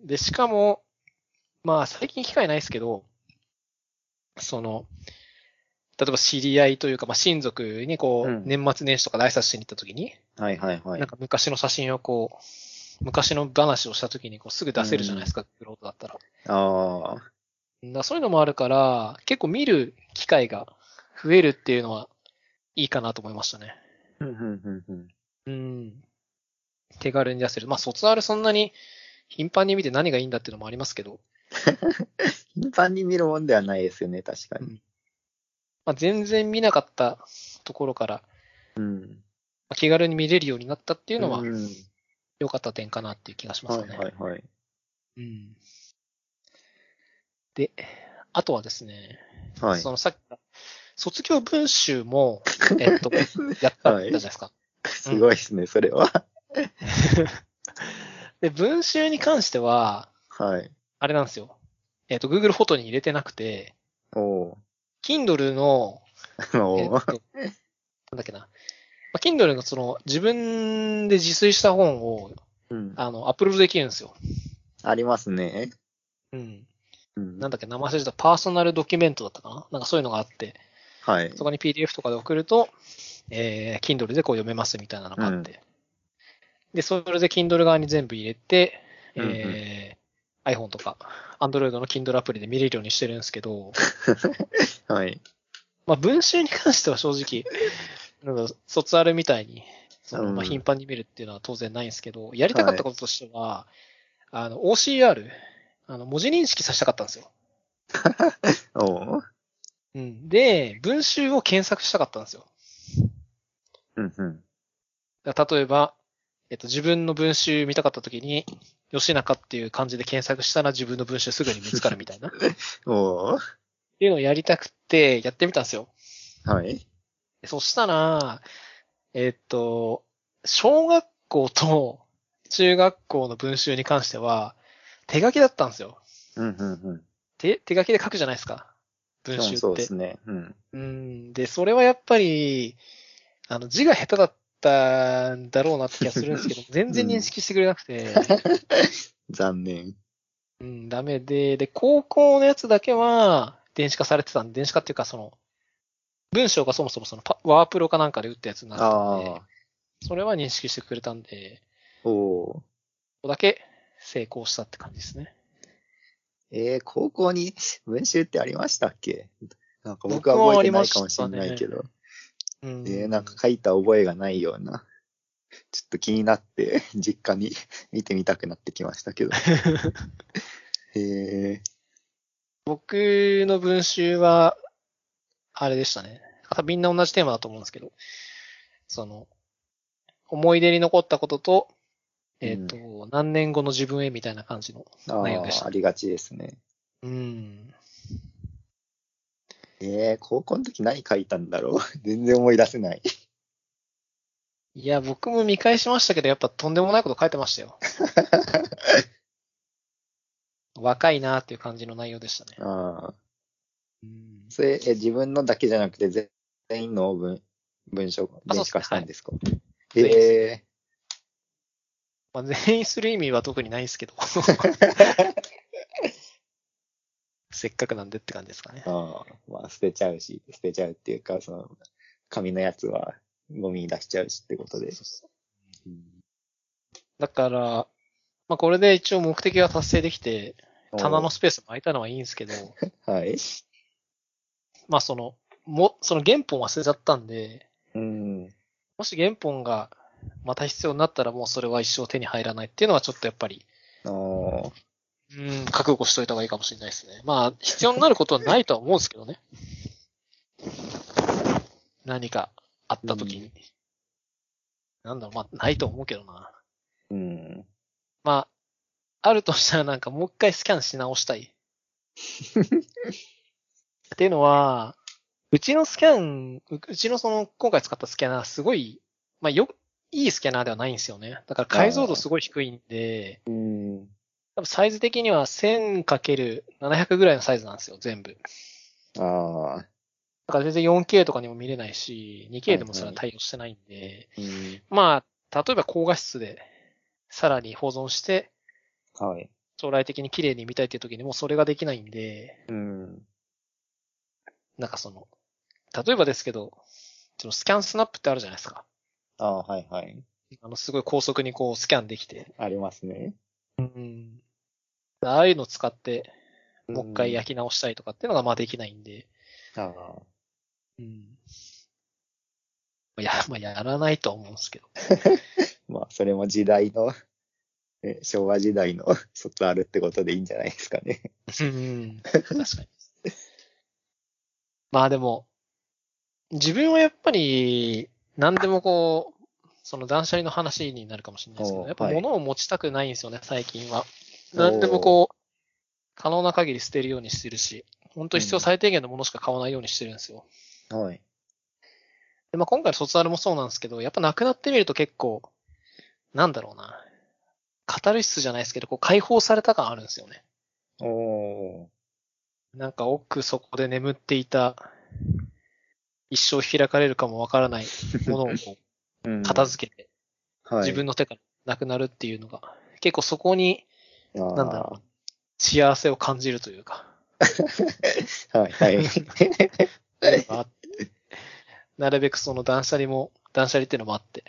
で、しかも、まあ最近機会ないですけど、その、例えば知り合いというか、まあ親族にこう、うん、年末年始とかで挨拶しに行った時に、 はいはいはい。 なんか昔の写真をこう、昔の話をした時にこうすぐ出せるじゃないですか、グロートだったら。 ああ。 だそういうのもあるから、結構見る機会が増えるっていうのはいいかなと思いましたね。 うん、うん、うん、 うん。手軽に出せる。まあ卒アルそんなに頻繁に見て何がいいんだっていうのもありますけど。 頻繁に見るもんではないですよね、確かに。うんまあ、全然見なかったところから、 うんまあ、気軽に見れるようになったっていうのは、良かった点かなっていう気がしますね。 はいはいはい。 うん、で、あとはですね、 はい、 そのさっき、卒業文集も、えっと、やったじゃないですか。はい、 すごいですね、うん、それは。 で、文集に関しては、 はい。 あれなんですよ。えっと、Google フォトに入れてなくて、 お Kindle の、えっと、なんだっけな。まあ、Kindle のその、自分で自炊した本を、うん、あの、アップロードできるんですよ。 ありますね。 うん。うん、なんだっけ、名前忘れたパーソナルドキュメントだったかななんかそういうのがあって、 はい。 そこに ピーディーエフ とかで送ると、えー、Kindle でこう読めますみたいなのがあって、 で、それで Kindle 側に全部入れて、 うんうん、 えー、iPhone とか Android の Kindle アプリで見れるようにしてるんですけど、 はい。 まあ文集に関しては正直、なんか卒アルみたいに、その、まあ、 うん、 頻繁に見るっていうのは当然ないんですけど、やりたかっはい。 たこととしては、あの、オーシーアール、あの、文字認識させたかったんですよ。 おう。 うん。で、文集を検索したかったんですよ。 うんうん。 だから例えば、えっと、自分の文集見たかったときに、吉中っていう漢字で検索したら自分の文集すぐに見つかるみたいな。っおう。 ていうのをやりたくて、やってみたんですよ。 はい。 でそしたら、えっと、小学校と中学校の文集に関しては、手書きだったんですよ。 うんうんうん。 手、手書きで書くじゃないですか。文そう集って。 そうですね。うん。 うん。で、それはやっぱり、あの、字が下手だったんだろうなって気がするんですけど、全然認うん。 識してくれなくて、 残念。 うん、ダメで、で、高校のやつだけは、電子化されてたんで、電子化っていうか、その、文章がそもそもそのパ、ワープロかなんかで打ったやつになってたんで、 ああ、 それは認識してくれたんで、 おお。 ここだけ成功したって感じですね。 えー、高校に文集ってありましたっけ？なんか僕は僕覚えてはありまないかもしれしたね。 ないけど。 うえー、なんかん。 書いた覚えがないような。ちょっと気になって、実家に見てみたくなってきましたけど。へえ。 僕の文集は、あれでしたね。みんな同じテーマだと思うんですけど、その、思い出に残ったことと、えっ、 うん。 と、何年後の自分へみたいな感じのああ、 内容でしたね。 ありがちですね。 うん。 えー、高校の時何書いたんだろう。全然思い出せない。 いや、僕も見返しましたけど、やっぱとんでもないこと書いてましたよ。若いなーっていう感じの内容でしたね。 ああ。 うん。 それ、え、自分のだけじゃなくて、全員の文、文章、 あ、そう電子化ですね。はい。 したんですか？ 全員ですね。 えまあ、全員する意味は特にないですけど。 ー。 せっかくなんでって感じですかね。 ああ、まあ、捨てちゃうし、捨てちゃうっていうか、その、紙のやつはゴミに出しちゃうしってことで。 そうそう。 うん、 だから、まあこれで一応目的が達成できて、棚のおスペースも空いたのはいいんですけど、 はい。 まあその、も、その原本忘れちゃったんで、 うん。 もし原本がまた必要になったらもうそれは一生手に入らないっていうのはちょっとやっぱり、 ああ、 うん、覚悟しといた方がいいかもしれないですね。まあ、必要になることはないとは思うんですけどね。何かあっうん。 た時に。なんだろう、まあ、ないと思うけどな。 うん。 まあ、あるとしたらなんかもう一回スキャンし直したい。っていうのは、うちのスキャン、ううちのその今回使ったスキャナーすごい、まあよ、いいスキャナーではないんですよね。だから解像度ああ、 すごい低いんで、 うん。 多分サイズ的には せんかけるななひゃく ぐらいのサイズなんですよ、全部。 ああ、はだから全然 よんケー とかにも見れないし、にケー でもそれはいはい。 対応してないんで、 うん。 まあ、例えば高画質でさらに保存して、 はい。 将来的に綺麗に見たいっていう時にもうそれができないんで、 うん。 なんかその、例えばですけど、そのスキャンスナップってあるじゃないですか。 ああ、はいはい。 あの、すごい高速にこうスキャンできて、 ありますね。 うん。ああいうのを使って、もう一回うん。 焼き直したりとかっていうのがまあできないんで、 ああ。 うん。いや、まあやらないとは思うんですけど。 まあ、それも時代の、ね、昭和時代の卒あるってことでいいんじゃないですかね。 うん。確かに。まあでも、自分はやっぱり、何でもこう、その断捨離の話になるかもしれないですけど、 おやっぱはい。 物を持ちたくないんですよね、最近は。何でもおこう、可能な限り捨てるようにしてるし、本当必要うん。 最低限のものしか買わないようにしてるんですよ。 はい。 で、まあ今回の卒アルもそうなんですけど、やっぱなくなってみると結構、なんだろうな。カタルシスじゃないですけど、こう解放された感あるんですよね。 おー。 なんか奥底で眠っていた、一生開かれるかもわからないものをこううん。 片付けて、 はい。 自分の手からなくなるっていうのが、結構そこに、なんだろう、 ああ。 幸せを感じるというか、 はいはい。 っていうのがあって、なるべくその断捨離も、断捨離っていうのもあって、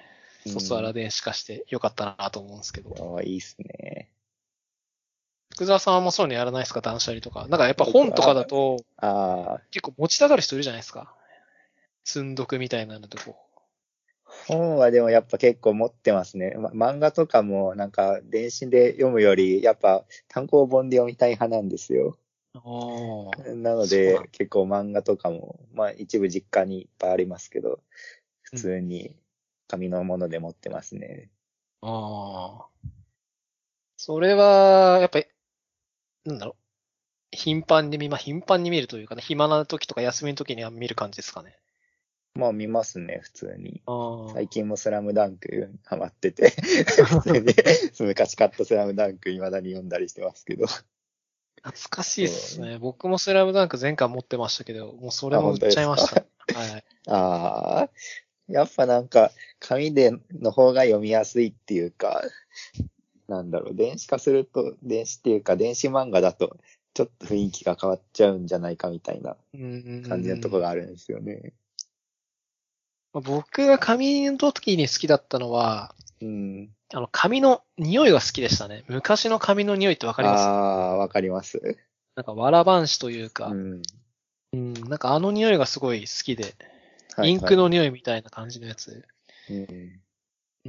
卒アラ電子化してよかったなと思うんですけど。 ああ、いいっすね。 福沢さんはもうそういうのやらないですか、断捨離とか。なんかやっぱ本とかだと、 ああ、 結構持ちたがる人いるじゃないですか。積んどくみたいなのでこ本はでもやっぱ結構持ってますね。ま、漫画とかもなんか電子で読むより、やっぱ単行本で読みたい派なんですよ。 う。ああ。 なのそうなんで結構漫画とかも、まあ一部実家にいっぱいありますけど、普通に紙のもので持ってますね。 ああ。それは、やっぱり、なんだろう。頻繁に見ま、頻繁に見るというかね、暇な時とか休みの時には見る感じですかね。 まあ見ますね、普通に。 あ最近もスラムダンクハマってて普通に昔買ったスラムダンク未だに読んだりしてますけど。 あ。懐かしいっすね。僕もスラムダンク前回持ってましたけど、もうそれあ、 も売っ本当ですか。 ちゃいました。はい。 ああ、やっぱなんか紙での方が読みやすいっていうか、なんだろう、電子化すると、電子っていうか電子漫画だとちょっと雰囲気が変わっちゃうんじゃないかみたいなうんうん感じのところがあるんですよね。 まあ僕が紙の時に好きだったのは、 うん。 あの、紙の匂いが好きでしたね。昔の紙の匂いってわかります？ ああ、わかります。 なんか、わらばんしというか、 うん。 うん、なんかあの匂いがすごい好きで、インはいはい。 クの匂いみたいな感じのやつ。 うん。 うん。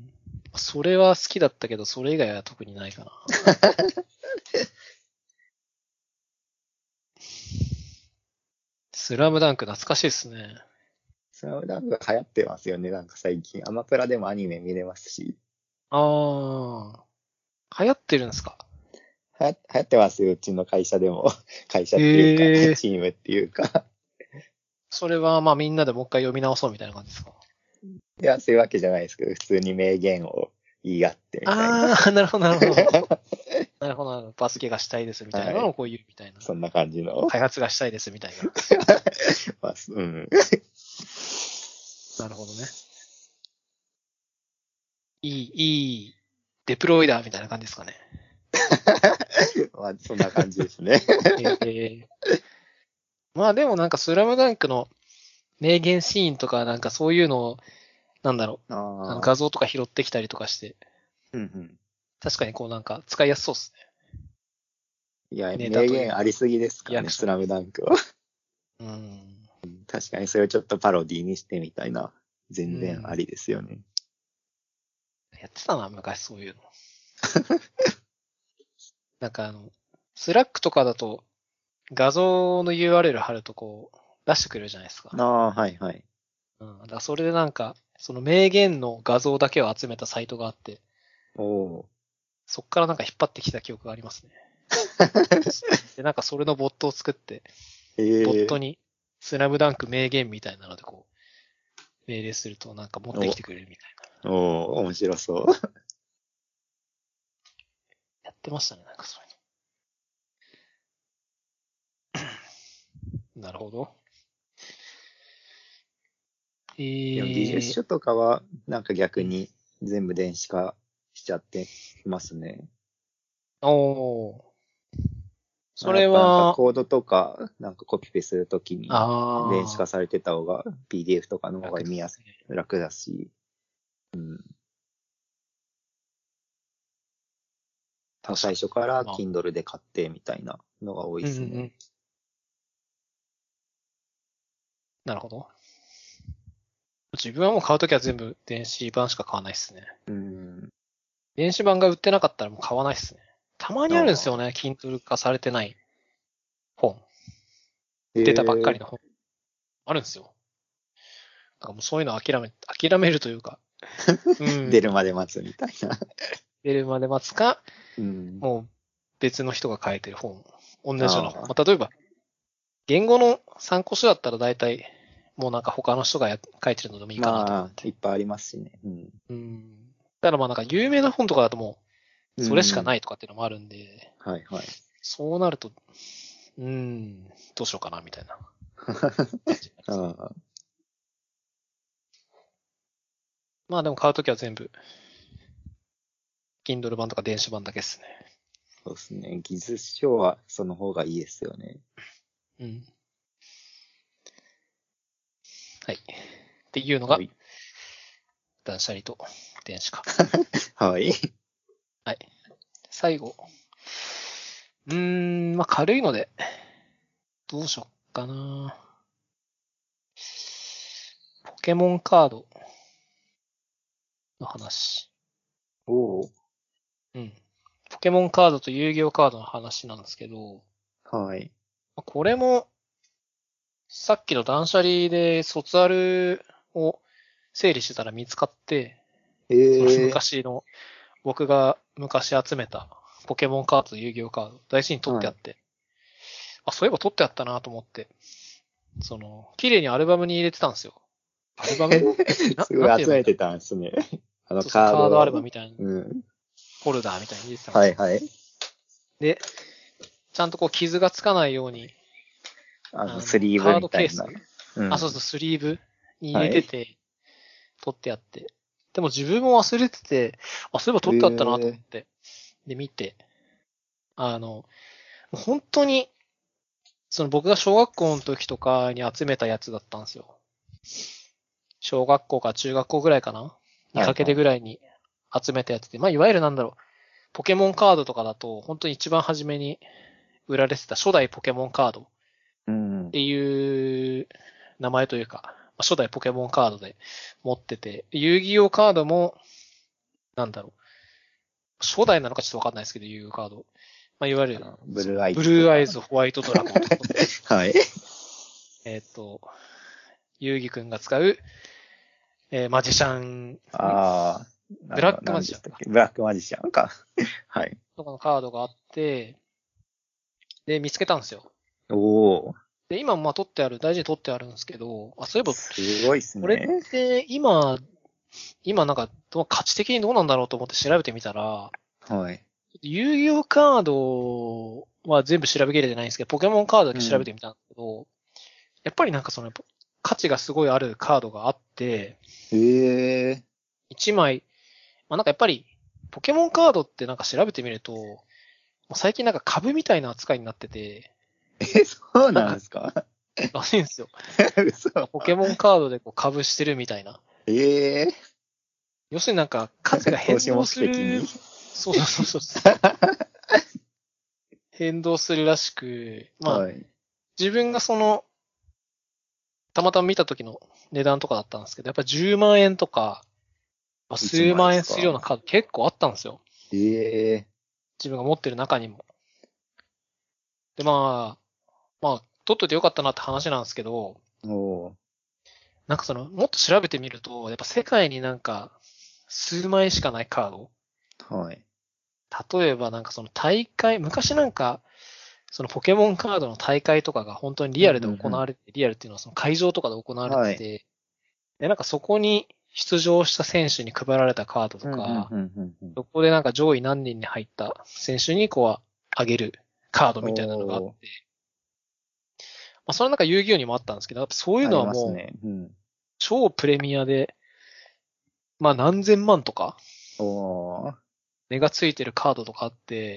それは好きだったけど、それ以外は特にないかな。スラムダンク懐かしいですね。 スラムダンク流行ってますよね、なんか最近。アマプラでもアニメ見れますし。 ああ、流行ってるんですか？ はや流行ってますよ、うちの会社でも。会社っていうか、 へえ。 チームっていうか。 それはまあみんなでもう一回読み直そうみたいな感じですか？ いや、そういうわけじゃないですけど、普通に名言を言い合ってみたいな。 ああ、なるほど、なるほど。なるほど、なるほど。バスケがしたいですみたいなはい。 のをこう言うみたいな。 そんな感じの。 開発がしたいですみたいな。 まあ、うん。 なるほどね。いい、いい、デプロイダーみたいな感じですかね。 まあ、そんな感じですね。 えー、まあでもなんかスラムダンクの名言シーンとかなんかそういうのを、なんだろう、あのああ。 画像とか拾ってきたりとかして、 うんうん。 確かにこうなんか使いやすそうですいや、 ね。ネタ名というか、 言ありすぎですからね、 リアクション。 スラムダンクは。 うん。 確かにそれをちょっとパロディにしてみたいな。 う全然あん。 りですよね。 やってたな、昔そういうの。なんかあの、スラックとかだと画像の ユーアールエル 貼るとこう出してくれるじゃないですか。 ああ、はいはい。 うん。だからそれでなんか、その名言の画像だけを集めたサイトがあって、 おお。 そっからなんか引っ張ってきた記憶がありますね。で、なんかそれのボットを作って、ボッええトにスラムダンク名言みたいなのでこう、命令するとなんか持ってきてくれるみたいな。 おお、面白そう。 やってましたね、なんかそういうの。なるほど。えでも技術ー、 書とかは、なんかうん。 逆に全部電子化しちゃってますね。 おー。 まあ、 それやっぱなんかは、 コードとか、なんかコピペするときに電子化あされてた方が ピーディーエフ とかのー、 方が楽で見やすすね。 い、楽だし、うん。まあ、 確かに。 最初からまあ、 Kindle で買ってみたいなのが多いうんうんうですね。 ん。なるほど。自分はもう買うときは全部電子版しか買わないっすね。 うん。 電子版が売ってなかったらもう買わないっすね。たまにあるんですよああ。 ね。Kindle 化されてない本。出たばっかりええの本。あるんですよ。だからもうそういうの諦め、諦めるというか、うん。 出るまで待つみたいな。 出るまで待つか、 うん。 もう別の人が書いてる本。同じような本。 ああ。 まあ、例えば、言語の参考書だったら大体、もうなんか他の人がや書いてるのでもいいかなと思まあ、いって。 っぱいありますしね。うん。 うん。ただまあなんか有名な本とかだともう、 うそれしかなん。 いとかっていうのもあるんで、 はいはい。 そうなると、うーん、どうしようかなみたいな感じになります。 ああ、 まあでも買うときは全部、Kindle 版とか電子版だけですね。 そうですね。技術書はその方がいいですよね。 うん。はい。っていうのが、 はい。 断捨離と電子化。 はい。 はい。最後。うーん、まあ、軽いので、どうしよっかな。ポケモンカードの話。 おー。 うん。ポケモンカードと遊戯王カードの話なんですけど、 はい。 これも、さっきの断捨離で卒アルを整理してたら見つかって、そのえー。 昔の、僕が昔集めたポケモンカードと遊戯王カード、大事に取ってあって、あ、そういえば取ってあったなと思って、その、綺麗にアルバムに入れてたんですよ。アルバムな、 すなんて言えばいいんだごい集めてたんですね。あのそうそう、 カード。 カードアルバムみたいな、 うん。 フォルダーみたいに入れてたんですよ。 はいはい。 で、ちゃんとこう傷がつかないように、 あの、 あの、 スリーブカーみたいな。 ドケース、 うん。 あ、そうそう、スリーブに入はい。 れてて、取ってあって。でも自分も忘れてて、あ、そういえばえ取ってあったなと思っー。 て。で、見て。あの、本当に、その僕が小学校の時とかに集めたやつだったんですよ。小学校か中学校ぐらいかなにかけてはいはい。 ぐらいに集めたやつで。まあ、いわゆるなんだろう。ポケモンカードとかだと、本当に一番初めに売られてた初代ポケモンカードっうん。 ていう名前というか、初代ポケモンカードで持ってて、遊戯王カードも、なんだろう。初代なのかちょっとわかんないですけど、遊戯王カード。まあ、いわゆる、 あの、ブその、 ルーアイブズとか。 ルーアイズ、ホワイトドラゴンとか、 はい。 えっと、遊戯くんが使う、えーマジシャン、んああ、あの、 ブラックマ何ジシャンか。 でしたっけブラックマジシャンか。はい。 とかのカードがあって、で、見つけたんですよ。 おー、 で、今、まあ、取ってある、大事に取ってあるんですけど、あ、そういえば、 すごいっすこれっね。 て、今、今なんか、どう価値的にどうなんだろうと思って調べてみたら、 はい。 遊戯王カードは全部調べきれてないんですけど、ポケモンカードだけ調べうん。 てみたんですけど、やっぱりなんかその、価値がすごいあるカードがあって、 ええいちまい、まあなんかやっぱり、ポケモンカードってなんか調べてみると、もう最近なんか株みたいな扱いになってて、 ー。え、そうなんか、 なんですか？ らしいんですよ。 嘘。 ポケモンカードでこう株してるみたいな。 ええ要するになんか価値が投資目変動する、 的に。 そうそうそうそう。変動するらしく、まあ、 はい。 自分がその、たまたま見た時の値段とかだったんですけど、やっぱりじゅうまん円とか、まあ一数万円する枚ですか？ ようなカード結構あったんですよ。 ええ自分が持ってる中にも。で、まあ、まあ、取っといてよかったなって話なんですけど、 ー。おー。 なんかその、もっと調べてみると、やっぱ世界になんか、数万円しかないカード。 はい。 例えばなんかその大会、昔なんか、そのポケモンカードの大会とかが本当にリアルで行われて、リアルっていうのはその会場とかで行われてはい。 て、で、なんかそこに出場した選手に配られたカードとうん、うん、 か、 うん、うん。うん。 そこでなんか上位何人に入った選手にこう、あげるカードみたいなのがあって、 おー。 まあそれなんか遊戯王にもあったんですけど、やっぱそういうありのはもうますね。うん。 超プレミアで、まあ何千万とかおー。 値がついてるカードとかあって、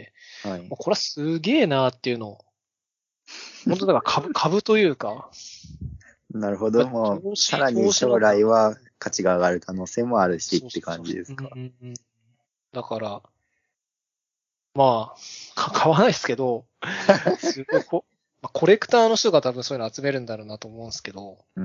はい。 もうこれはすげえなーっていうのを、本当だから株、株というか、 なるほど。 まあもう、 投資、 さらに投資将なんだな。 来は価値が上がる可能性もあるしって感そうそうそう。うんじですか？ うんうん。だから、まあ、か買わないですけど、すごいこ、まあ、コレクターの人が多分そういうの集めるんだろうなと思うんですけど、 うん。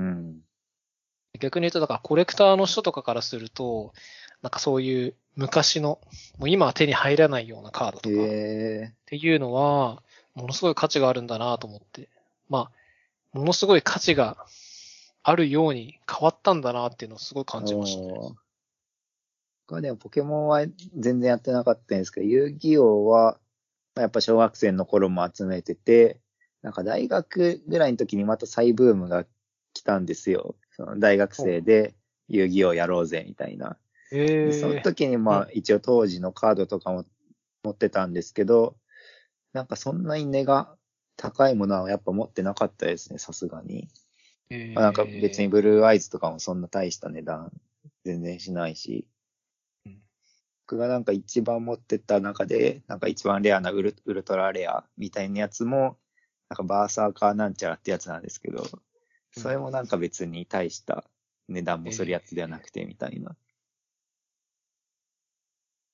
逆に言うと、だからコレクターの人とかからすると、なんかそういう昔の、もう今は手に入らないようなカードとかっへえ。 ていうのは、ものすごい価値があるんだなと思って、まあ、ものすごい価値があるように変わったんだなっていうのをすごい感じましたね。 おー。僕はでもポケモンは全然やってなかったんですけど、遊戯王は、まあやっぱ小学生の頃も集めてて、なんか大学ぐらいの時にまた再ブームが来たんですよ。その大学生で遊戯王やろうぜみたいな。で、そのえ時にえー、 まあ一応当時のカードとかも持ってたんですけど、なんかそんなに値が高いものはやっぱ持ってなかったですね、さすがに。 うん、 まあ、なんか別にえブルーアイズとかもそんな大した値段全然しないし、 ー、うん僕がなんか一番持ってた中で、なんか一番レアなウルウルトラレアみたいなやつも、なんかバーサーカーなんちゃらってやつなんですけど、それもなんか別に大した値段もするやつではなくてみたいな。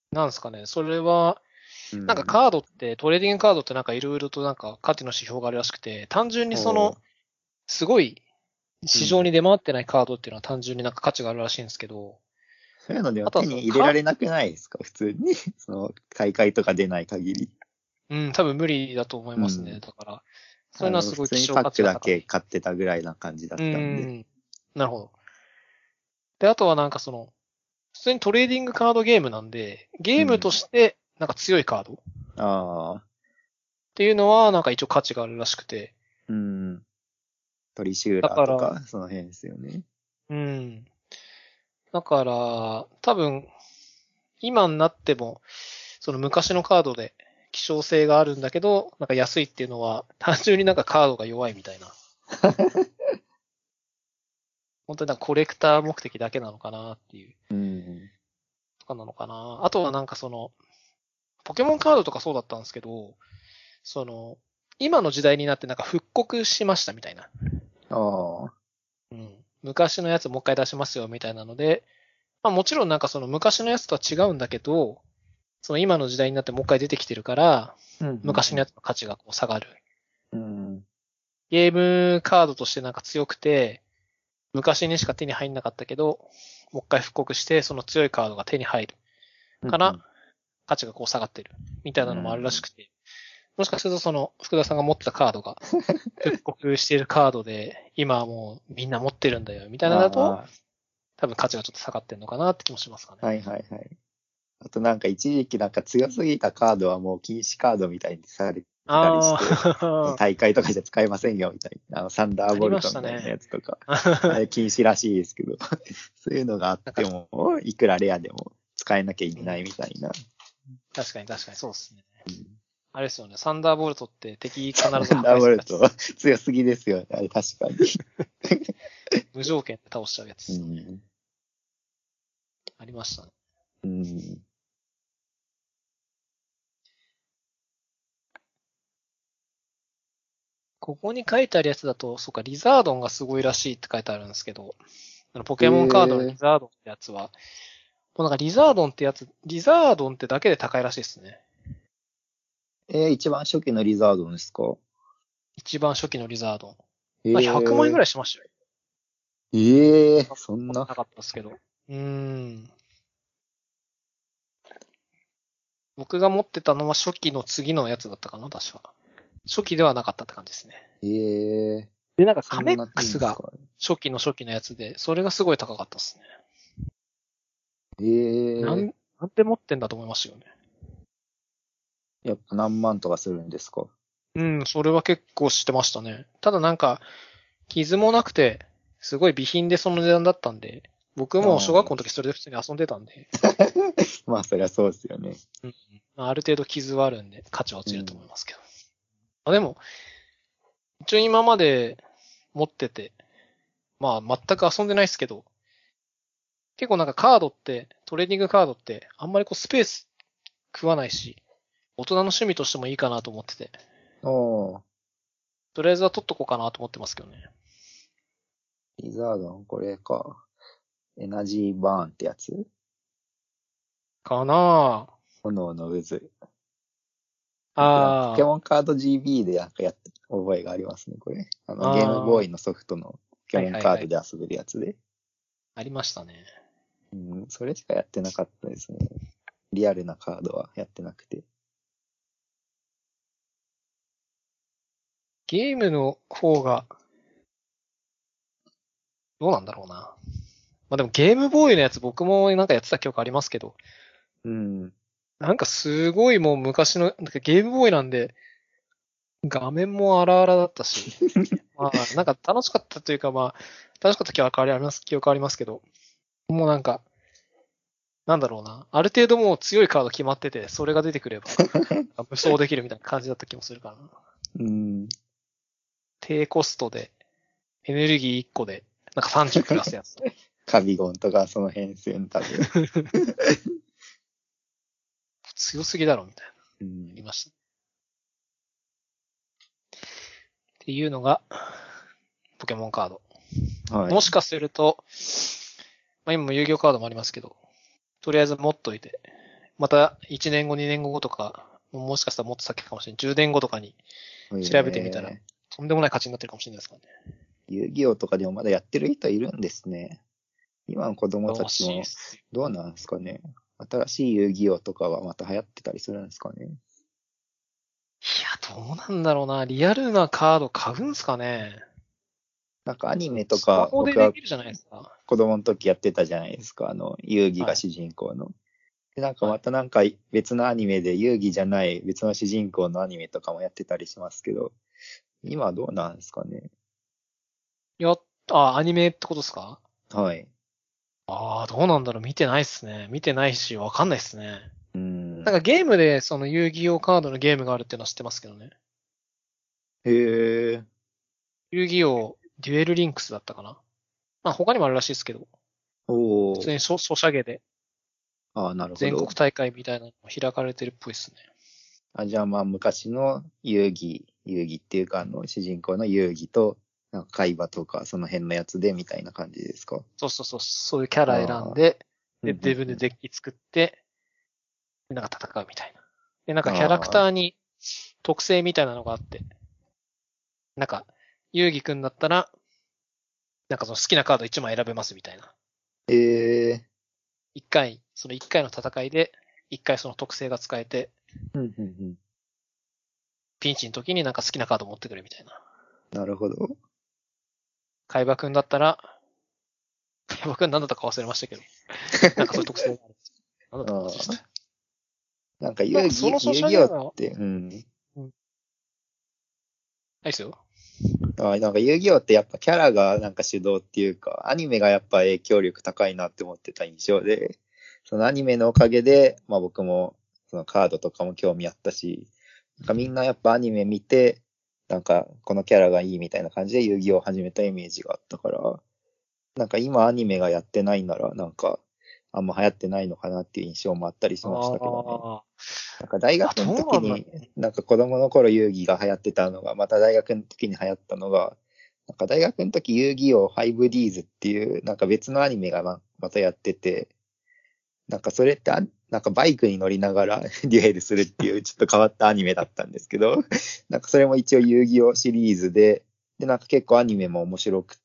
なんですかね、それは、なんかカードって、トレーディングカードってなんかいろいろとなんか価値の指標があるらしくて、単純にその、すごい市場に出回ってないカードっていうのは単純になんか価値があるらしいんですけど、 そういうのでも手に入れられなくないですか普通に。その、大会とか出ない限り。 うん、多分無理だと思いますね。 うん、 だから、そういうのはすごい希普通にパッ少価値が高い。 クだけ買ってたぐらいな感じだったんで。 うん、なるほど。で、あとはなんかその、普通にトレーディングカードゲームなんで、ゲームとしてなんか強いカードっうん、ああ。 ていうのはなんか一応価値があるらしくて。 うん。トリシューラーとか、その辺ですよね。 うん。だから、多分、今になっても、その昔のカードで希少性があるんだけど、なんか安いっていうのは、単純になんかカードが弱いみたいな。本当になんかコレクター目的だけなのかなっていう。 うん。 とかなのかな。あとはなんかその、ポケモンカードとかそうだったんですけど、その、今の時代になってなんか復刻しましたみたいな。 ああ。 うん。昔のやつもう一回出しますよみたいなので、まあもちろんなんかその昔のやつとは違うんだけど、その今の時代になってもう一回出てきてるから、昔のやつの価値がこう下がる。 うん。 ゲームカードとしてなんか強くて、昔にしか手に入んなかったけど、もう一回復刻して、その強いカードが手に入るから、価値がこう下がってる。みたいなのもあるらしくて。もしかするとその、福田さんが持ってたカードが、復刻しているカードで、今はもうみんな持ってるんだよ、みたいなのだと、多分価値がちょっと下がってるのかなって気もしますかね。 はいはいはい。あとなんか一時期なんか強すぎたカードはもう禁止カードみたいにされてたりして、大会とかじゃ使えませんよみたいな、あのサンダーボルトみたいなやつとか、あれ禁止らしいですけど、そういうのがあっても、いくらレアでも使えなきゃいけないみたいな。 確かに確かにそうですね。あれですよね、サンダーボルトって敵必ず破壊する。 サンダーボルト強すぎですよね、あれ確かに。 無条件で倒しちゃうやつ。 うん、 ありましたね。 うん。 ここに書いてあるやつだと、そうか、リザードンがすごいらしいって書いてあるんですけど、あのポケモンカードのリザードンってやつは、もうなんかリザードンってやつ、リザードンってだけで高いらしいですね。 えー、一番初期のリザードンですか？ 一番初期のリザードン。 えー、 まあ、ひゃくまん円ぐらいしましたよ。 ええー、そんな。 なかったですけど。うーん。僕が持ってたのは初期の次のやつだったかな、確か。初期ではなかったって感じですね。 ええー。 で、なんかカメックスが初期の初期のやつで、それがすごい高かったですね。 ええー。 なん、なんで持ってんだと思いますよね。 やっぱ何万とかするんですか？ うん、それは結構してましたね。ただなんか、傷もなくて、すごい備品でその値段だったんで、僕も小学校の時それで普通に遊んでたんで。 まあ、そりゃそうですよね。 うん、ある程度傷はあるんで、価値は落ちると思いますけど。うん、あでも、一応今まで持ってて、まあ全く遊んでないですけど、結構なんかカードって、トレーディングカードって、あんまりこうスペース食わないし、大人の趣味としてもいいかなと思ってて。 おー。 とりあえずは取っとこうかなと思ってますけどね。 リザードン、これか。エナジーバーンってやつかなぁ。 炎の渦。 あポケモンカード ジービー でなんかやった覚えがありますね、これ。あの、ゲームボーイのソフトのポケモンカードで遊べるやつで。はいはいはい、 ありましたね。 うん、それしかやってなかったですね。リアルなカードはやってなくて。 ゲームの方が、どうなんだろうな。まあでもゲームボーイのやつ僕もなんかやってた記憶ありますけど。 うん。 なんかすごいもう昔の、なんかゲームボーイなんで、画面も荒々だったし。まあなんか楽しかったというかまあ、楽しかった記憶あります、記憶ありますけど。もうなんか、なんだろうな。ある程度もう強いカード決まってて、それが出てくれば、無双できるみたいな感じだった気もするかな。 うん。 低コストで、エネルギーいっこで、なんかさんじゅうプラスやつ。 カビゴンとかその辺線多分。 強すぎだろ、みたいな。 うん。 言いました。っていうのが、ポケモンカード。はい、もしかすると、まあ今も遊戯王カードもありますけど、とりあえず持っといて、 またいちねんご、にねんごとか、もしかしたらもっと先かもしれない。じゅうねんごとかに調べてみたら、 えとんでもない価値になってるかもしれないですからね。 ー、遊戯王とかでもまだやってる人いるんですね。今の子供たらしいっちもすよ。 どうなんですかね。新しい遊戯王とかはまた流行ってたりするんですかね。 いや、どうなんだろうな。リアルなカード買うんすかね。 なんかアニメとスマか、 ホで僕はできるじゃないですか。 子供の時やってたじゃないですか。あの、遊戯はい。 が主人公の。で、なんかはい。 またなんか別のアニメで遊戯じゃない別の主人公のアニメとかもやってたりしますけど、今はどうなんですかね。 やっ、あ、アニメってことですか？ はい。 ああ、どうなんだろう。見てないっすね。見てないし、わかんないっすね。 うーん。 なんかゲームで、その遊戯王カードのゲームがあるっていうのは知ってますけどね。 へえ。 遊戯王デュエルリンクスだったかな。まあ他にもあるらしいですけど、普おー。 通にソソシャゲでああ、なるほ全国ど。 大会みたいなのも開かれてるっぽいですね。 あ、じゃあまあ昔の遊戯、遊戯っていうかあの主人公の遊戯と、なんか海馬とかその辺のやつでみたいな感じですか？ そうそうそう、そういうキャラ選んああ。 で、で、 うんうんうん。 自分でデッキ作って、で、なんか戦うみたいな。で、なんかキャラクああ。 ターに特性みたいなのがあって、なんか、遊戯くんだったら、なんかその好きなカードいちまい選べますみたいな。 ええ一回、その一回の戦いで、一回その特性が使えて、 ー。うんうんうん。 ピンチの時になんか好きなカード持ってくるみたいな。 なるほど。 海馬くんだったら、海馬くん何だったか忘れましたけど、なんかそういう特性があるんですよ。何だったか忘れちゃっああ。なんかた。な遊戯、 んかそのソシ遊戯王っャゲが、 て、うん。 うん、ないですよ。 ああ、なんか遊戯王ってやっぱキャラがなんか主導っていうか、アニメがやっぱ影響力高いなって思ってた印象で、そのアニメのおかげで、まあ僕もそのカードとかも興味あったし、なんかみんなやっぱアニメ見て、なんかこのキャラがいいみたいな感じで遊戯王を始めたイメージがあったから、なんか今アニメがやってないなら、なんかあんま流行ってないのかなっていう印象もあったりしましたけどね。 あなんか大あ、あ、 学のどうなんだろ時に、なんか子供の頃遊戯が流行ってたのが、また大学の時に流行ったのが、なんか大学の時遊戯王 ファイブディーズ っていう、なんか別のアニメがままたやってて、なんかそれってあ、なんかバイクに乗りながらデュエルするっていうちょっと変わったアニメだったんですけど、なんかそれも一応遊戯王シリーズで、で、なんか結構アニメも面白くって、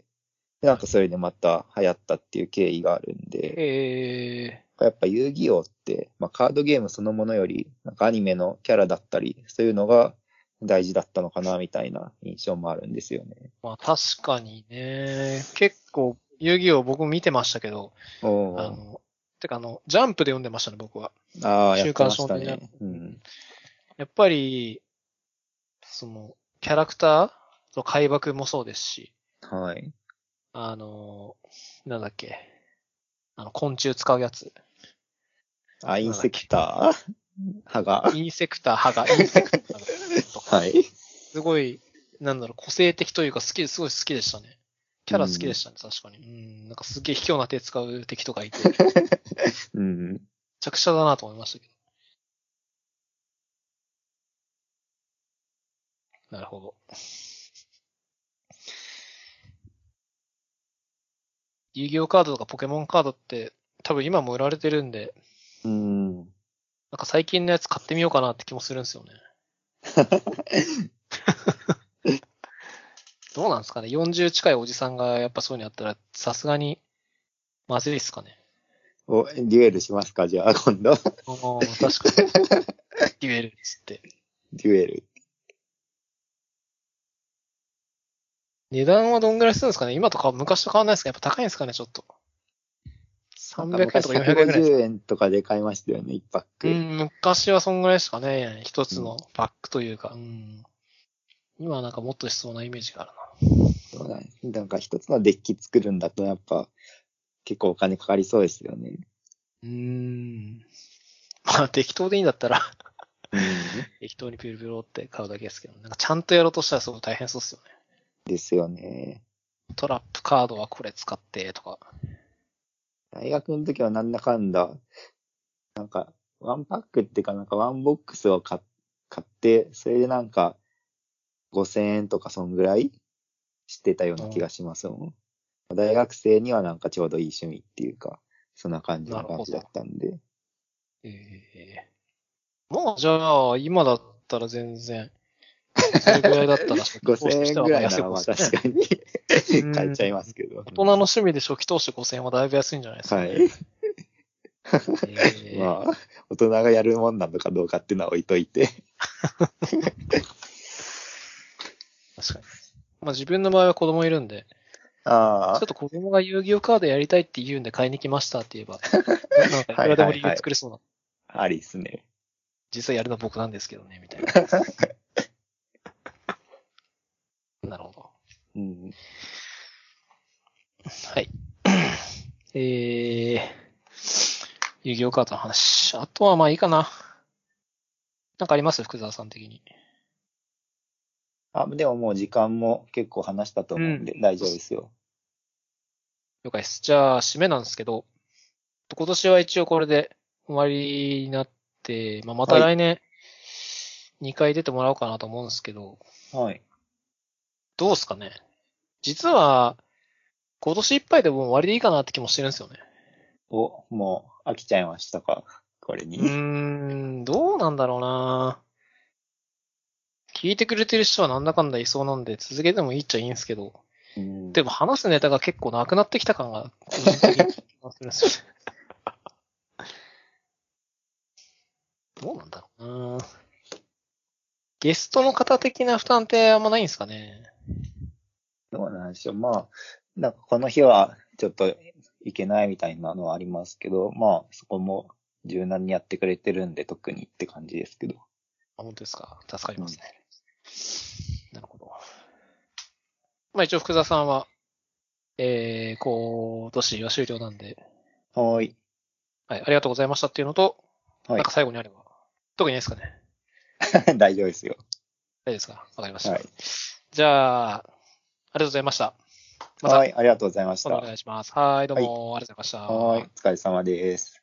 で、 う。はい。 なんかそれでまた流行ったっていう経緯があるんで、 へえ、 やっぱ遊戯王って、まあ、カードゲームそのものより、なんかアニメのキャラだったり、そういうのが大事だったのかな、みたいな印象もあるんですよね。 まあ確かにね、結構遊戯王僕も見てましたけど、あおー。 の、てかあの、ジャンプで読んでましたね、僕は。 ああ、やっ週てまし刊少年ジャンたね。うプ。 ん。 やっぱり、その、キャラクターと海馬もそうですし、 はい。 あの、なんだっけ、あの、昆虫使うやつ。 あ、インセクなんだっけ。 ター歯が。 インセクター、歯が、インセクターとか、 はい。 すごい、なんだろう、個性的というか好き、すごい好きでしたね。キャラ好きでうん。 したね、確かに。うん、なんかすげえ卑怯な手使う敵とかいて、めうん。 ちゃくちゃだなと思いましたけど。なるほど。遊戯王カードとかポケモンカードって多分今も売られてるんで、 うん。 なんか最近のやつ買ってみようかなって気もするんですよね。どうなんですかね？ よんじゅう 近いおじさんがやっぱそういうのやったらさすがにまずいっすかね？ お、デュエルしますかじゃあ、今度。 ああ、確かに。デュエルっつって。 デュエル。 値段はどんぐらいするんですかね？今とか昔と変わんないですか？やっぱ高いんですかね？ちょっと。300 なんか昔円とかよんひゃくえんぐらいで 150 すか？ 円とかで買いましたよね、いちパック。 うん、昔はそんぐらいですかね。一うん。 つのパックというか。うん。今はなんかもっとしそうなイメージがあるそうだね。なんか一つのデッキ作るんだとやっぱ結構お金かかりそうですよね。 な。うーん。まあ適当でいいんだったらうん。 適当にピュルピュロって買うだけですけど、なんかちゃんとやろうとしたらすごい大変そうですよね。 ですよね。 トラップカードはこれ使ってとか。 大学の時はなんだかんだ、なんか、ワンパックっていうかなんかワンボックスを買買って、それでなんかごせんえんとかそんぐらいしてたような気がしますもん。大学生にはなんかちょうどいい趣味っていうか、そんな感じの感じだっなるほど。 たんで。 ええー。まあ、じゃあ、今だったら全然、それぐらいだったら、 ごせんえんぐらいならまあ確かに買えちゃいますけど。 大人の趣味で初期投資ごせんえんはだいぶ安いんじゃないですか、ね。 はい。 えー、 まあ、大人がやるもんなのかどうかっていうのは置いといて。 確かに。まあ自分の場合は子供いるんで、 ああ。 ちょっと子供が遊戯王カードやりたいって言うんで買いに来ましたって言えば、なんかいくらでも理由作れそうな。 はいはいはい、ありですね。 実際やるのは僕なんですけどね、みたいな。なるほど。 うん、 はい。えー、遊戯王カードの話。あとはまあいいかな。なんかあります福沢さん的に。 あ、でももう時間も結構話したと思うんで、うん、大丈夫ですよ。 了解です。じゃあ、締めなんですけど、今年は一応これで終わりになって、まあ、また来年にかい出てもらおうかなと思うんですけど、 はい。 どうですかね。実は、今年いっぱいでもう終わりでいいかなって気もしてるんですよね。 お、もう飽きちゃいましたか、これに。 うーん、どうなんだろうな。聞いてくれてる人はなんだかんだいそうなんで続けてもいいっちゃいいんですけど、 うん、 でも話すネタが結構なくなってきた感が個人的にするんですよね。どうなんだろうな。ゲストの方的な負担ってあんまないんですかね。 どうなんでしょう。まあ、なんかこの日はちょっといけないみたいなのはありますけど、まあそこも柔軟にやってくれてるんで特にって感じですけど。 あ、本当ですか。助かりますね。うん、なるほど。まあ一応福沢さんは、えー、今年は終了なんで。 はい。 はい、ありがとうございましたっていうのと、はい、なんか最後にあれば。特にないですかね。 大丈夫ですよ。 大丈夫ですか。わかりました。 はい。 じゃあ、ありがとうございました。 ま、はい、ありがとうございました。 お願いします。はい、どうも、はい、ありがとうございました。 はい、お疲れ様です。